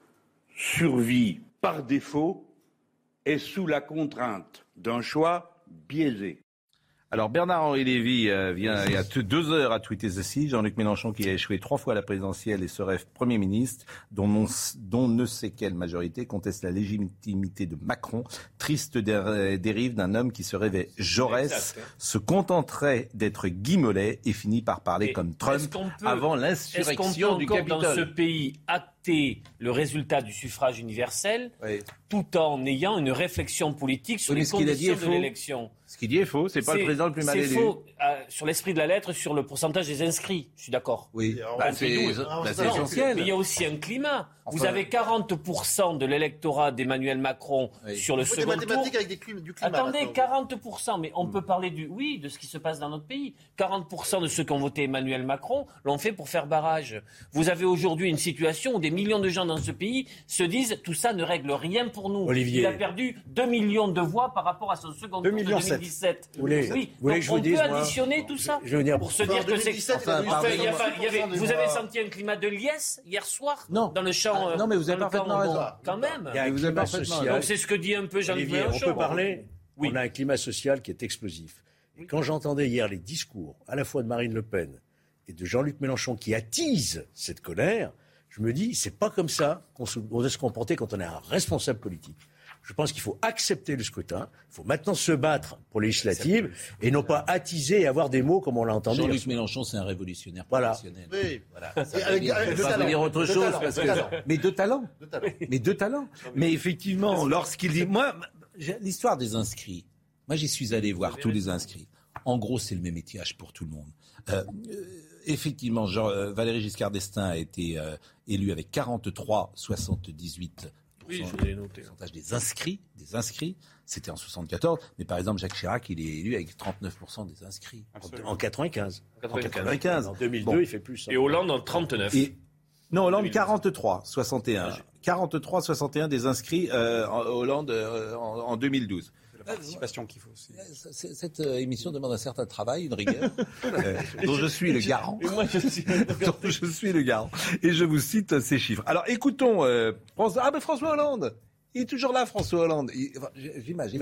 survit par défaut et sous la contrainte d'un choix biaisé. Alors Bernard-Henri Lévy vient il y a 2 heures à tweeter ceci. Jean-Luc Mélenchon qui a échoué 3 fois à la présidentielle et serait Premier ministre, dont ne sait quelle majorité conteste la légitimité de Macron. Triste dérive d'un homme qui se rêvait Jaurès, se contenterait d'être Guy Mollet et finit par parler comme Trump avant l'insurrection du Capitole. Dans ce pays acter le résultat du suffrage universel, tout en ayant une réflexion politique sur les conditions de l'élection. Ce qu'il dit est faux, c'est pas le président le plus mal élu. C'est faux sur l'esprit de la lettre, sur le pourcentage des inscrits, je suis d'accord. Oui, c'est essentiel. Mais il y a aussi un climat. Vous avez 40% de l'électorat d'Emmanuel Macron sur le second tour. Des mathématiques avec du climat. Attendez, 40%, mais on peut parler de ce qui se passe dans notre pays. 40% de ceux qui ont voté Emmanuel Macron l'ont fait pour faire barrage. Vous avez aujourd'hui une situation où des millions de gens dans ce pays se disent tout ça ne règle rien pour nous. Olivier. Il a perdu 2 millions de voix par rapport à son second tour de 2017. Vous voulez que je vous dise, on peut additionner tout ça pour se dire que c'est... Vous avez senti un climat de liesse hier soir dans le champ. Non, mais vous avez parfaitement raison. Quand même. Il y a un climat social. Donc c'est ce que dit un peu Jean-Luc Mélenchon. On peut parler. Oui. On a un climat social qui est explosif. Et quand j'entendais hier les discours, à la fois de Marine Le Pen et de Jean-Luc Mélenchon, qui attisent cette colère, je me dis, c'est pas comme ça qu'on doit se comporter quand on est un responsable politique. Je pense qu'il faut accepter le scrutin. Il faut maintenant se battre pour les législatives et non pas attiser et avoir des mots comme on l'a entendu. Jean-Luc Mélenchon, c'est un révolutionnaire professionnel. Oui. Voilà. Je ne peux pas dire autre chose. Mais de talent. Mais effectivement, lorsqu'il dit... Moi, l'histoire des inscrits, moi j'y suis allé voir tous les inscrits. En gros, c'est le même étiage pour tout le monde. Effectivement, Valéry Giscard d'Estaing a été élu avec 43,78%. Oui, je l'ai noté. Pourcentage des inscrits, c'était en 74, mais par exemple Jacques Chirac, il est élu avec 39% des inscrits. En 95. En 2002, il fait plus. Et Hollande en 39. Non, Hollande 43,61. 43,61 des inscrits Hollande en 2012. La participation qu'il faut aussi. Cette émission demande un certain travail, une rigueur, dont je suis le garant. Et je vous cite ces chiffres. Alors écoutons François Hollande. Il est toujours là, François Hollande. J'imagine.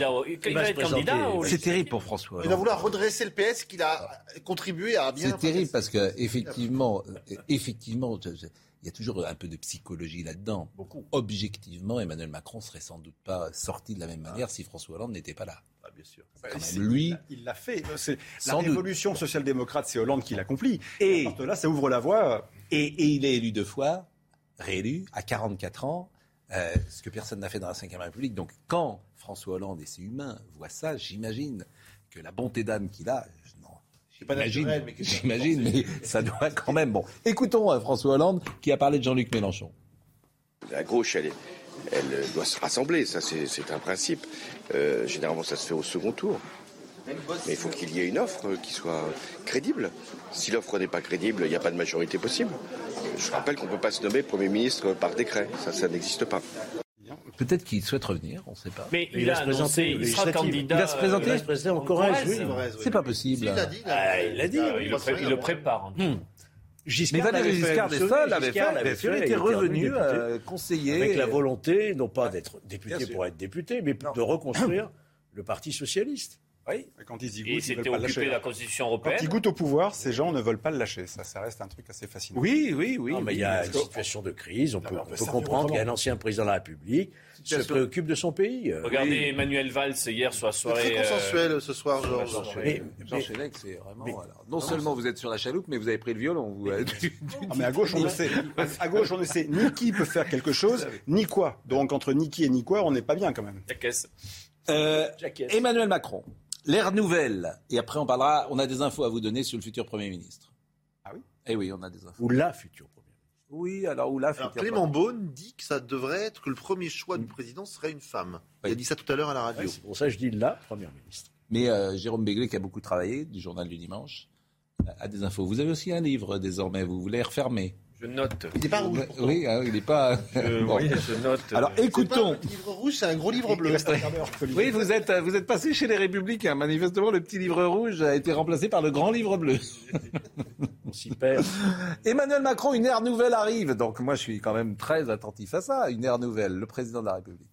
C'est terrible pour François Hollande. Il va vouloir redresser le PS qu'il a contribué à bien... C'est terrible parce que effectivement, il y a toujours un peu de psychologie là-dedans. Beaucoup. Objectivement, Emmanuel Macron serait sans doute pas sorti de la même manière si François Hollande n'était pas là. Ah, bien sûr. Il l'a fait. La révolution social-démocrate, c'est Hollande qui l'accomplit. Et là, ça ouvre la voie. Et il est élu 2 fois, réélu à 44 ans, ce que personne n'a fait dans la Ve République. Donc quand François Hollande, et c'est humain, voit ça, j'imagine que la bonté d'âme qu'il a... J'imagine, mais ça doit quand même... Bon, écoutons François Hollande qui a parlé de Jean-Luc Mélenchon. La gauche, elle doit se rassembler, ça c'est un principe. Généralement, ça se fait au second tour. Mais il faut qu'il y ait une offre qui soit crédible. Si l'offre n'est pas crédible, il n'y a pas de majorité possible. Je rappelle qu'on ne peut pas se nommer Premier ministre par décret. Ça n'existe pas. Peut-être qu'il souhaite revenir, on ne sait pas. Mais il a annoncé, il sera candidat. Il va se présenter. Il se présenter en Corrèze. C'est pas possible. Il l'a dit. Il le prépare. Mais Valéry Giscard d'Estaing l'avait fait, il était revenu conseiller. Avec la volonté, non pas d'être député pour être député, mais de reconstruire le Parti socialiste. Oui. Quand ils y goûtent, et c'était occupé de la Constitution européenne. Quand ils goûtent au pouvoir, ces gens ne veulent pas le lâcher. Ça reste un truc assez fascinant. Oui. Non, mais il y a une situation de crise. On peut comprendre qu'un ancien président de la République se préoccupe de son pays. Regardez Emmanuel Valls hier sur la soirée. C'est très consensuel ce soir, Georges. Jean Chélec, c'est vraiment... non seulement vous êtes sur la chaloupe, mais vous avez pris le violon. Mais à gauche, on ne sait. À gauche, on ne sait ni qui peut faire quelque chose, ni quoi. Donc entre ni qui et ni quoi, on n'est pas bien quand même. Emmanuel Macron. L'ère nouvelle. Et après, on a des infos à vous donner sur le futur Premier ministre. Ah oui ? Eh oui, on a des infos. Ou la future Premier ministre. Oui, alors où là, Clément Beaune dit que ça devrait être que le premier choix du président serait une femme. Il a dit ça tout à l'heure à la radio. C'est pour ça que je dis la première ministre. Mais Jérôme Béglé, qui a beaucoup travaillé, du journal du dimanche, a des infos. Vous avez aussi un livre désormais, vous voulez refermer. Je note. Il n'est pas rouge. Oui, il n'est pas. Bon. Oui, je note. Alors écoutons. C'est pas un petit livre rouge, c'est un gros livre bleu. Oui, vous êtes passé chez les Républicains. Manifestement, le petit livre rouge a été remplacé par le grand livre bleu. On s'y perd. Emmanuel Macron, une ère nouvelle arrive. Donc moi, je suis quand même très attentif à ça. Une ère nouvelle, le président de la République.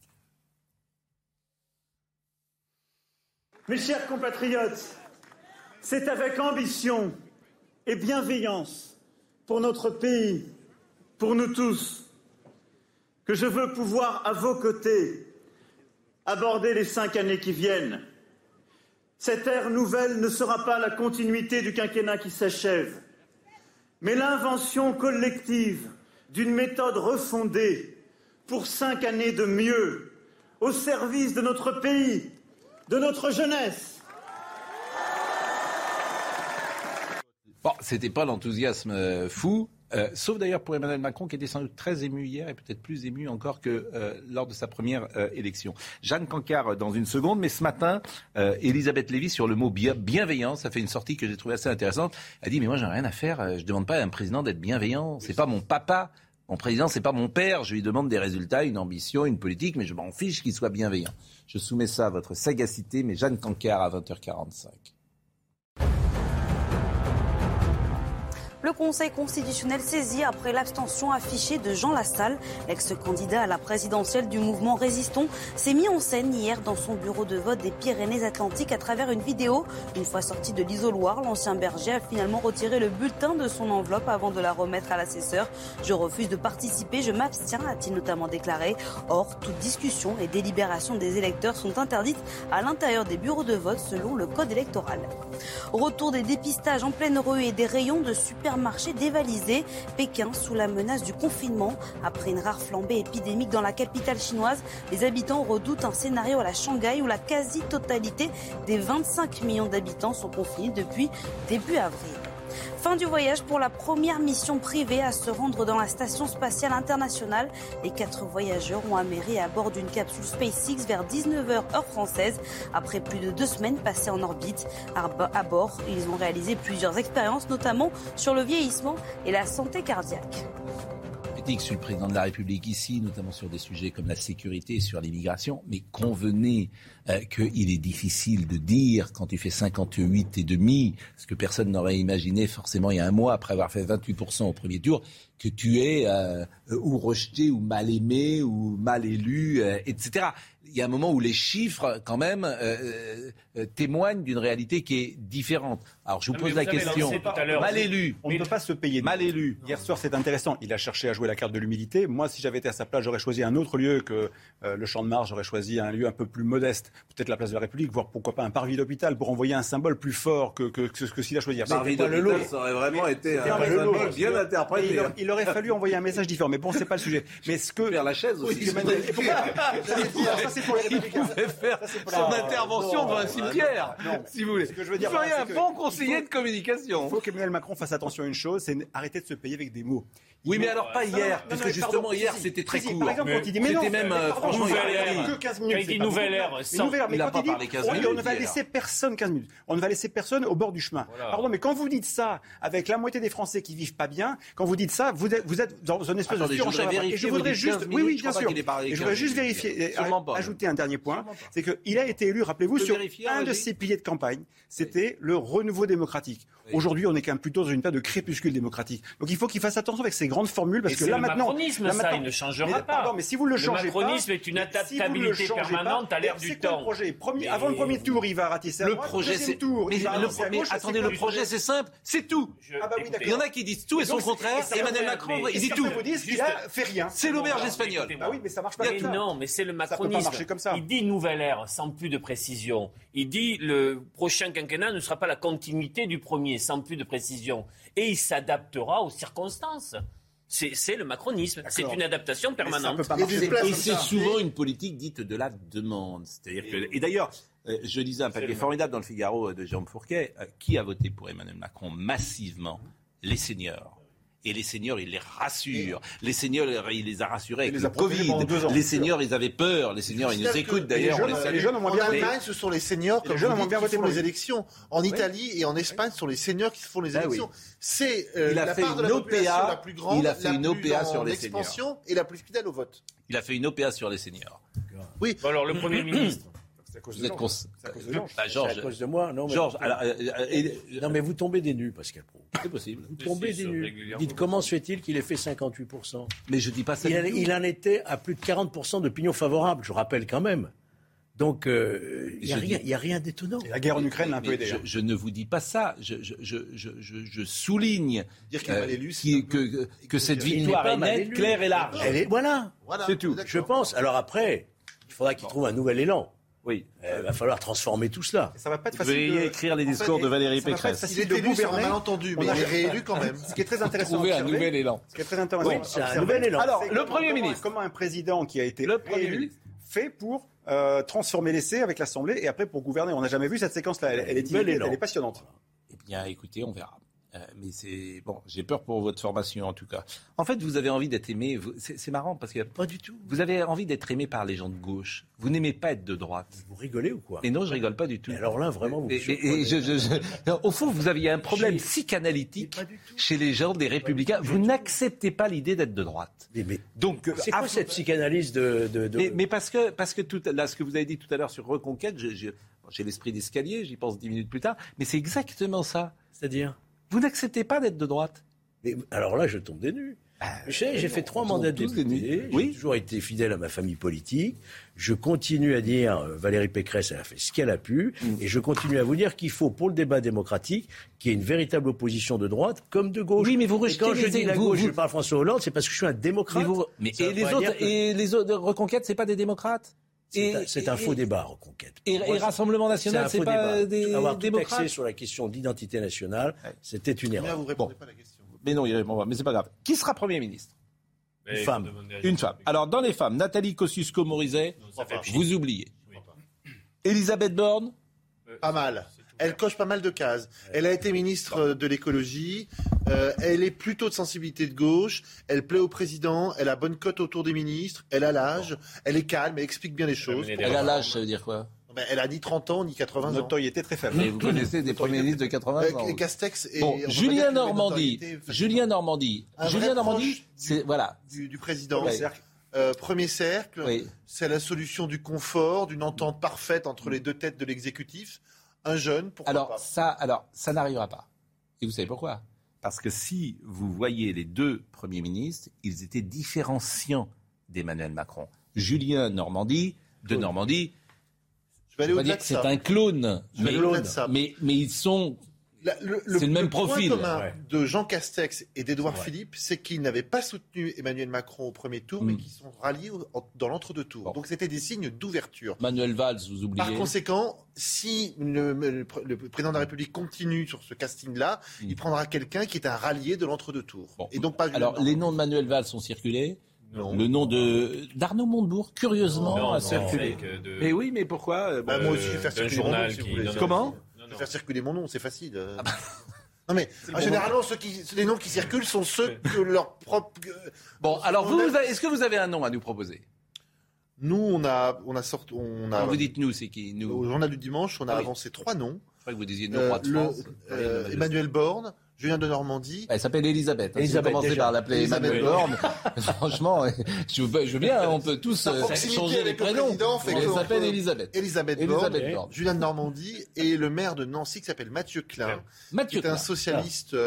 Mes chers compatriotes, c'est avec ambition et bienveillance pour notre pays, pour nous tous, que je veux pouvoir, à vos côtés, aborder les 5 années qui viennent. Cette ère nouvelle ne sera pas la continuité du quinquennat qui s'achève, mais l'invention collective d'une méthode refondée pour 5 années de mieux, au service de notre pays, de notre jeunesse. Bon, c'était pas l'enthousiasme fou, sauf d'ailleurs pour Emmanuel Macron qui était sans doute très ému hier et peut-être plus ému encore que lors de sa première élection. Jeanne Cancard dans une seconde, mais ce matin, Elisabeth Lévy sur le mot bienveillance a fait une sortie que j'ai trouvée assez intéressante. Elle a dit mais moi j'en ai rien à faire, je demande pas à un président d'être bienveillant, c'est pas mon papa. Mon président, c'est pas mon père. Je lui demande des résultats, une ambition, une politique, mais je m'en fiche qu'il soit bienveillant. Je soumets ça à votre sagacité, mais Jeanne Cancard à 20h45. Le Conseil constitutionnel saisi après l'abstention affichée de Jean Lassalle, l'ex-candidat à la présidentielle du mouvement Résistons, s'est mis en scène hier dans son bureau de vote des Pyrénées-Atlantiques à travers une vidéo. Une fois sorti de l'isoloir, l'ancien berger a finalement retiré le bulletin de son enveloppe avant de la remettre à l'assesseur. « Je refuse de participer, je m'abstiens », a-t-il notamment déclaré. Or, toute discussion et délibération des électeurs sont interdites à l'intérieur des bureaux de vote selon le code électoral. Retour des dépistages en pleine rue et des rayons de supermarché dévalisé. Pékin sous la menace du confinement. Après une rare flambée épidémique dans la capitale chinoise, les habitants redoutent un scénario à la Shanghai où la quasi-totalité des 25 millions d'habitants sont confinés depuis début avril. Fin du voyage pour la première mission privée à se rendre dans la Station spatiale internationale. Les 4 voyageurs ont améri à bord d'une capsule SpaceX vers 19h heure française. Après plus de 2 semaines passées en orbite, à bord, ils ont réalisé plusieurs expériences, notamment sur le vieillissement et la santé cardiaque. Sur le président de la République ici, notamment sur des sujets comme la sécurité, sur l'immigration, mais convenez qu'il est difficile de dire quand tu fais 58,5, ce que personne n'aurait imaginé forcément il y a un mois après avoir fait 28% au premier tour, que tu es ou rejeté ou mal aimé ou mal élu, etc. Il y a un moment où les chiffres, quand même, témoignent d'une réalité qui est différente. Alors, je vous pose la question. Mal élu. On ne peut pas se payer. Mal élu. Hier soir, c'est intéressant. Il a cherché à jouer la carte de l'humilité. Moi, si j'avais été à sa place, j'aurais choisi un autre lieu que le Champ de Mars. J'aurais choisi un lieu un peu plus modeste. Peut-être la place de la République, voire pourquoi pas un parvis d'hôpital pour envoyer un symbole plus fort que ce que s'il a choisi. Parvis d'hôpital, ça aurait vraiment été un symbole bien interprété. Il aurait fallu envoyer un message différent. Mais bon, c'est pas le sujet. Mais ce que... Faire la chaise aussi. Il pouvait faire son intervention devant un cimetière, si vous voulez. Ce que je veux dire, vous feriez un bon conseiller de communication. Il faut qu'Emmanuel Macron fasse attention à une chose, c'est arrêter de se payer avec des mots. Oui, mais alors pas hier, parce que justement hier c'était très court. Par exemple, quand il dit mais non, c'était même franchement que 15 minutes. Il dit nouvelle ère. Mais quand il dit on ne va laisser personne 15 minutes. On ne va laisser personne au bord du chemin. Pardon, mais quand vous dites ça avec la moitié des Français qui vivent pas bien, quand vous dites ça, vous êtes dans une espèce de surenchère. Et je voudrais juste, oui, bien sûr. Et je voudrais juste vérifier, ajouter un dernier point, c'est qu'il a été élu, rappelez-vous, sur un de ses piliers de campagne, c'était le renouveau démocratique. Aujourd'hui, on est quand même plutôt dans une période de crépuscule démocratique. Donc il faut qu'il fasse attention avec ces grandes formules, parce que là maintenant, il ne changera pas. Pardon, mais si vous le changez pas, le macronisme est une adaptabilité permanente à l'ère du temps. Avant le premier tour, il va ratisser. Le projet, c'est tour. Mais attendez, le projet, c'est simple, c'est tout. Il y en a qui disent tout et son contraire. Emmanuel Macron, il dit tout. Il a fait rien. C'est l'auberge espagnole. Ah oui, mais ça marche pas. Non, mais c'est le macronisme. Il dit nouvelle ère sans plus de précision. Il dit le prochain quinquennat ne sera pas la continuité du premier, sans plus de précision. Et il s'adaptera aux circonstances. C'est le macronisme. C'est une adaptation permanente. Et c'est souvent une politique dite de la demande. C'est-à-dire que, et d'ailleurs, je lisais un papier formidable dans le Figaro de Jérôme Fourquet, qui a voté pour Emmanuel Macron massivement, les seniors. Et les seniors, il les rassure. Les seniors, il les a rassurés avec le Covid. Les seniors, ils avaient peur. Les seniors, ils nous écoutent d'ailleurs. Les jeunes ont moins bien voté. En Allemagne, ce sont les seniors qui font les élections. En Italie et en Espagne, ce sont les seniors qui font les élections. C'est la part de la population la plus grande, il a fait une OPA sur les expansion et la plus fidèle au vote. Il a fait une OPA sur les seniors. Oui. Bon, alors le Premier ministre. C'est à cause de Georges. Georges. C'est à cause de moi. Non, mais, Georges, non, mais vous tombez des nues, Pascal Praud. C'est possible. Vous tombez des nues. Dites comment se fait-il qu'il ait fait 58%? Mais je dis pas ça. Il en était à plus de 40% d'opinion favorable, je rappelle quand même. Donc, il n'y a rien d'étonnant. Et la guerre en Ukraine l'a un peu aidé. Je ne vous dis pas ça. Je souligne que cette victoire est nette, claire et large. Voilà. C'est tout. Je pense. Alors après, il faudra qu'il trouve un nouvel élan. Oui. Il va falloir transformer tout cela. Ça va pas être facile. Vous allez écrire les discours de Valérie Pécresse. Il est élu sur un malentendu, mais il est réélu quand même. Ce qui est très intéressant. Trouver un nouvel élan. Ce qui est très intéressant. C'est un nouvel élan. Alors, le Premier ministre. Comment un président qui a été réélu fait pour transformer l'essai avec l'Assemblée et après pour gouverner. On n'a jamais vu cette séquence-là. Elle est passionnante. Eh bien, écoutez, on verra. Mais c'est bon, j'ai peur pour votre formation en tout cas. En fait, vous avez envie d'être aimé. C'est marrant parce que pas du tout. Vous avez envie d'être aimé par les gens de gauche. Vous n'aimez pas être de droite. Vous rigolez ou quoi? Et non, je rigole pas du tout. Mais alors là, vraiment, vous. Au fond, vous aviez un problème psychanalytique chez les gens des Républicains. Vous n'acceptez pas l'idée d'être de droite. Donc, c'est quoi cette psychanalyse de... Mais parce que tout, là, ce que vous avez dit tout à l'heure sur Reconquête, j'ai l'esprit d'escalier. J'y pense 10 minutes plus tard. Mais c'est exactement ça. C'est-à-dire? Vous n'acceptez pas d'être de droite. Mais alors là, je tombe des nues. J'ai fait 3 mandats de député. J'ai toujours été fidèle à ma famille politique. Je continue à dire Valérie Pécresse, elle a fait ce qu'elle a pu. Et je continue à vous dire qu'il faut, pour le débat démocratique, qu'il y ait une véritable opposition de droite comme de gauche. Oui, mais vous rejetez. Et quand je dis la gauche, je parle François Hollande, c'est parce que je suis un démocrate. Et les autres Reconquête, c'est pas des démocrates. C'est un faux débat, Reconquête. Et Rassemblement National, c'est pas des avoir démocrates. Avoir tout axé sur la question d'identité nationale, c'était une erreur. Mais vous répondez pas à la question. Mais non, il répond pas. Mais c'est pas grave. Qui sera Premier ministre? Une femme. Une femme. Alors, dans les femmes, Nathalie Kosciusko-Morizet, vous oubliez. Elisabeth Borne? Pas mal. Elle coche pas mal de cases. Elle a été ministre de l'écologie. Elle est plutôt de sensibilité de gauche. Elle plaît au président. Elle a bonne cote autour des ministres. Elle a l'âge. Elle est calme. Elle explique bien les choses. Elle a l'âge, ça veut dire quoi? Elle a ni 30 ans, ni 80 ans. Notoriété très faible. Mais vous connaissez des premiers ministres de 80 ans. Castex et... Bon, Julien Normandie, c'est... Voilà. Du président. Oui. Premier cercle, oui. C'est la solution du confort, d'une entente parfaite entre les deux têtes de l'exécutif. Un jeune, pourquoi pas. Ça n'arrivera pas. Et vous savez pourquoi? Parce que si vous voyez les deux premiers ministres, ils étaient différenciants d'Emmanuel Macron. Julien Normandie, de Normandie, je vais pas dire que c'est un clone, mais ils sont... c'est le même profil. Le point commun de Jean Castex et d'Édouard Philippe, c'est qu'ils n'avaient pas soutenu Emmanuel Macron au premier tour, mais qu'ils sont ralliés dans l'entre-deux tours. Donc c'était des signes d'ouverture. Manuel Valls, vous oubliez. Par conséquent, si le président de la République continue sur ce casting-là, il prendra quelqu'un qui est un rallié de l'entre-deux tours. Bon. Et donc pas alors les noms de Manuel Valls ont circulé. Non. Le nom d'Arnaud Montebourg, curieusement, a circulé. Et oui, mais pourquoi moi aussi, je vais faire circuler mon nom, si vous voulez. Comment? Je vais faire circuler mon nom, c'est facile. Non mais généralement, les noms qui circulent sont ceux que leur propre... Bon, alors est-ce que vous avez un nom à nous proposer? Nous, on a Quand vous dites nous, c'est qui nous? Au journal du dimanche, on a avancé 3 noms. Je crois que vous disiez nos rois de France. Emmanuel Borne, Julien de Normandie. Elle s'appelle Elisabeth. Si vous commencez par l'appeler Emmanuel Borne, franchement, je veux bien, on peut tous changer les prénoms. Elle s'appelle Elisabeth. Elisabeth Borne, Julien de Normandie et le maire de Nancy qui s'appelle Mathieu Klein. Qui est un socialiste,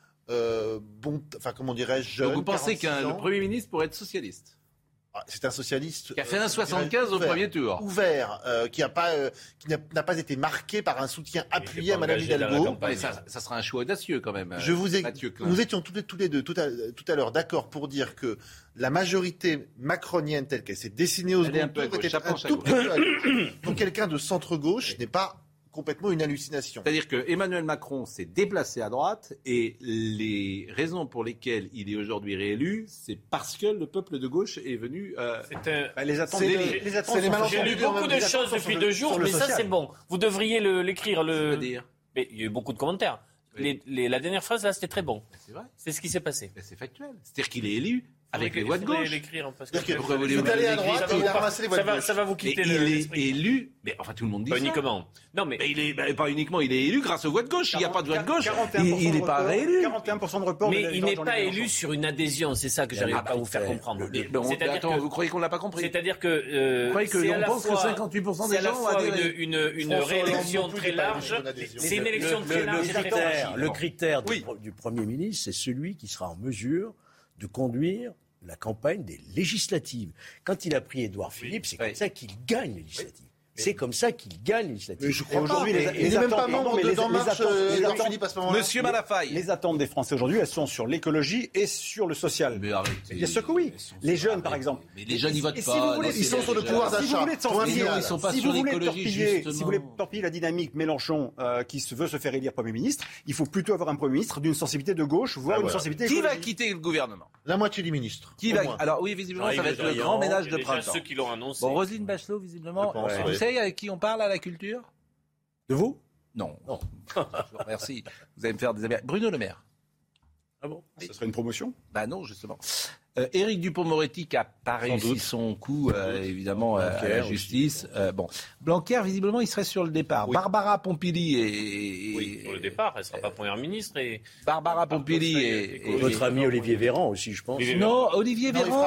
comment dirais-je, jeune. Donc vous pensez qu'un Premier ministre pourrait être socialiste? C'est un socialiste qui a fait un 75 au premier tour, ouvert, qui n'a pas été marqué par un soutien appuyé à Madame Hidalgo. Ça sera un choix audacieux quand même. Nous étions tous les deux tout à l'heure d'accord pour dire que la majorité macronienne telle qu'elle s'est dessinée au second tour était un tout petit peu à gauche. Donc quelqu'un de centre-gauche n'est pas complètement une hallucination. C'est-à-dire que Emmanuel Macron s'est déplacé à droite et les raisons pour lesquelles il est aujourd'hui réélu, c'est parce que le peuple de gauche est venu... les attentes. J'ai lu beaucoup de choses depuis 2 jours, mais ça c'est bon. Vous devriez l'écrire. Mais il y a eu beaucoup de commentaires. La dernière phrase, là, c'était très bon. C'est vrai. C'est ce qui s'est passé. C'est factuel. C'est-à-dire qu'il est élu avec les voix de gauche. Pourquoi vous voulez allé à droite et il a ramassé les voix de gauche. Ça va vous quitter il est élu, mais enfin tout le monde dit pas ça. uniquement. Non, mais il est pas uniquement, il est élu grâce aux voix de gauche. Il n'y a pas de voix de gauche. Il n'est pas réélu. 41% de report. Mais il n'est pas élu sur une adhésion. C'est ça que j'arrive pas à vous faire comprendre. Attends, vous croyez qu'on l'a pas compris? C'est-à-dire que vous croyez que on pense que 58% des gens ont une réélection très large. C'est une élection très large. Le critère du Premier ministre, c'est celui qui sera en mesure de conduire la campagne des législatives. Quand il a pris Édouard Philippe, c'est comme ça qu'il gagne les législatives. C'est comme ça qu'il gagne les législatives. Je crois aujourd'hui, il n'est même pas membre de D'En Marche, Édouard Philippe, à ce moment-là. Monsieur Malafaille. Les attentes des Français aujourd'hui, elles sont sur l'écologie et sur le social. Mais arrêtez. Bien sûr que oui. Les jeunes, par exemple. Mais les jeunes, ils votent pas. Si vous voulez, ils sont sur le pouvoir d'achat. Si vous voulez ils sont pas sur l'écologie, justement. Si vous voulez torpiller la dynamique Mélenchon qui veut se faire élire Premier ministre, il faut plutôt avoir un Premier ministre d'une sensibilité de gauche, voire une sensibilité écologique. Qui va quitter le gouvernement? La moitié des ministres. Qui va? Alors oui, visiblement, ça va être le grand ménage de printemps. Ceux qui l'ont annoncé. Bon, Roselyne Bachelot, visiblement. Vous savez avec qui on parle à la culture? De vous? Non. Je vous remercie. Vous allez me faire des amis. Bruno Le Maire. Ah bon? Ça serait une promotion? Bah non, justement. Éric Dupond-Moretti qui a pas réussi son coup, évidemment, à la justice. Blanquer, visiblement, il serait sur le départ. Oui. Barbara Pompili et... Oui, sur le départ, elle ne sera pas première ministre. Barbara Pompili et votre ami Olivier Véran aussi, je pense. Non, Olivier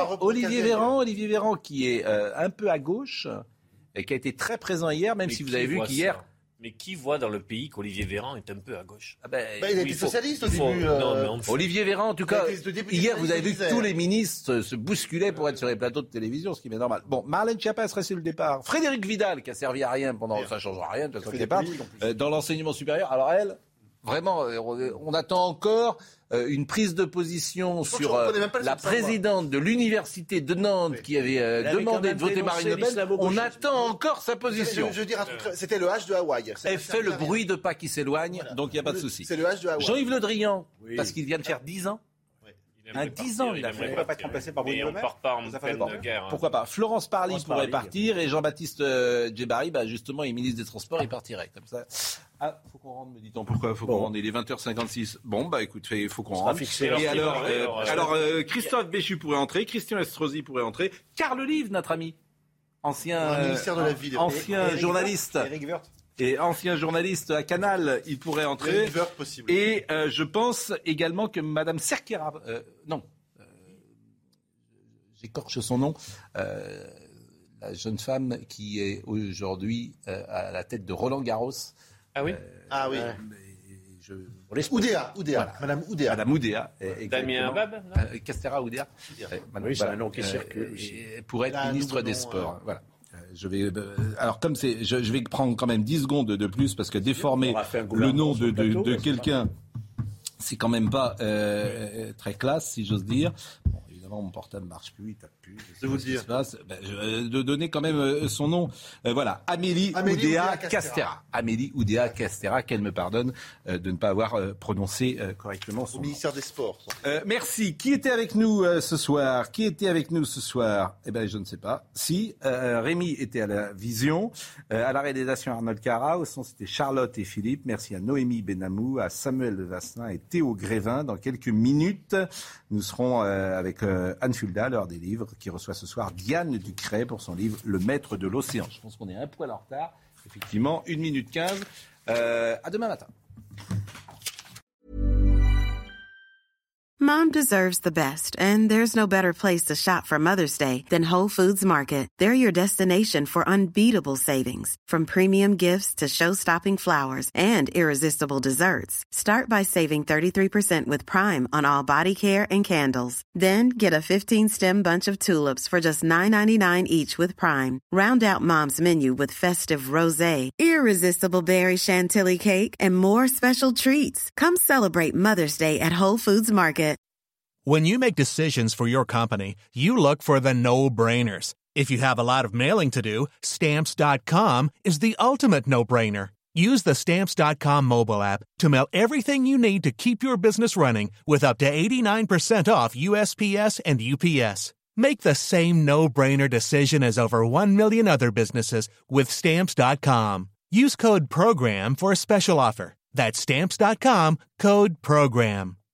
Véran qui est un peu à gauche et qui a été très présent hier, même si vous avez vu qu'hier... Mais qui voit dans le pays qu'Olivier Véran est un peu à gauche? Il a été socialiste au début. Olivier Véran, en tout cas, hier, vous avez vu que tous les ministres se bousculaient pour être sur les plateaux de télévision, ce qui est normal. Bon, Marlène Schiappa serait sur le départ. Frédérique Vidal, qui a servi à rien ça ne changera rien, de toute façon, le départ, dans l'enseignement supérieur. Alors elle, vraiment, on attend encore une prise de position sur la présidente de l'université de Nantes qui avait demandé de voter Marine Le Pen. On attend encore sa position. Je veux dire un truc, c'était le H de Hawaï. Elle fait le bruit de pas qui s'éloigne, donc il n'y a pas de souci. C'est le H de Hawaï. Jean-Yves Le Drian, parce qu'il vient de faire 10 ans. 10 ans, il a fait. Il ne va pas être remplacé par Bruno Le Maire. Pourquoi pas? Florence Parly pourrait partir et Jean-Baptiste Djebari, justement, il est ministre des Transports, il partirait comme ça. Ah, faut qu'on rentre, me dit-on. Pourquoi faut qu'on rentre? Il est 20h56. Bon, écoute, il faut qu'on rentre. Et alors, Christophe Béchu pourrait entrer, Christian Estrosi pourrait entrer, Carl Olive, notre ami, ancien journaliste. Éric Woerth. Et ancien journaliste à Canal, il pourrait entrer. Et je pense également que Madame Cerqueira, j'écorche son nom, la jeune femme qui est aujourd'hui à la tête de Roland Garros. Ah oui. Oudéa. Voilà. Madame Oudéa. Madame Oudéa. Damien Abab. Castera Oudéa. Oui, c'est un nom qui circule aussi. Pour être ministre des Sports. Voilà. Alors comme je vais prendre quand même 10 secondes de plus parce que déformer le nom de quelqu'un, c'est quand même pas très classe, si j'ose dire. Bon, évidemment, mon portable ne marche plus, il tape plus. De vous dire. De donner quand même son nom. Voilà, Amélie Oudéa Castera. Amélie Oudéa Castera, qu'elle me pardonne de ne pas avoir prononcé correctement son nom. Au ministère des Sports. Merci. Qui était avec nous ce soir? Eh bien, je ne sais pas. Si, Rémi était à la vision, à la réalisation Arnold Cara, au son c'était Charlotte et Philippe. Merci à Noémie Benamou, à Samuel Vasselin et Théo Grévin. Dans quelques minutes, nous serons avec Anne Fulda, l'heure des livres, qui reçoit ce soir Diane Ducret pour son livre Le Maître de l'Océan. Je pense qu'on est un poil en retard. Effectivement, 1 minute 15. À demain matin. Mom deserves the best, and there's no better place to shop for Mother's Day than Whole Foods Market. They're your destination for unbeatable savings, from premium gifts to show-stopping flowers and irresistible desserts. Start by saving 33% with Prime on all body care and candles. Then get a 15-stem bunch of tulips for just $9.99 each with Prime. Round out Mom's menu with festive rosé, irresistible berry chantilly cake, and more special treats. Come celebrate Mother's Day at Whole Foods Market. When you make decisions for your company, you look for the no-brainers. If you have a lot of mailing to do, Stamps.com is the ultimate no-brainer. Use the Stamps.com mobile app to mail everything you need to keep your business running with up to 89% off USPS and UPS. Make the same no-brainer decision as over 1 million other businesses with Stamps.com. Use code PROGRAM for a special offer. That's Stamps.com, code PROGRAM.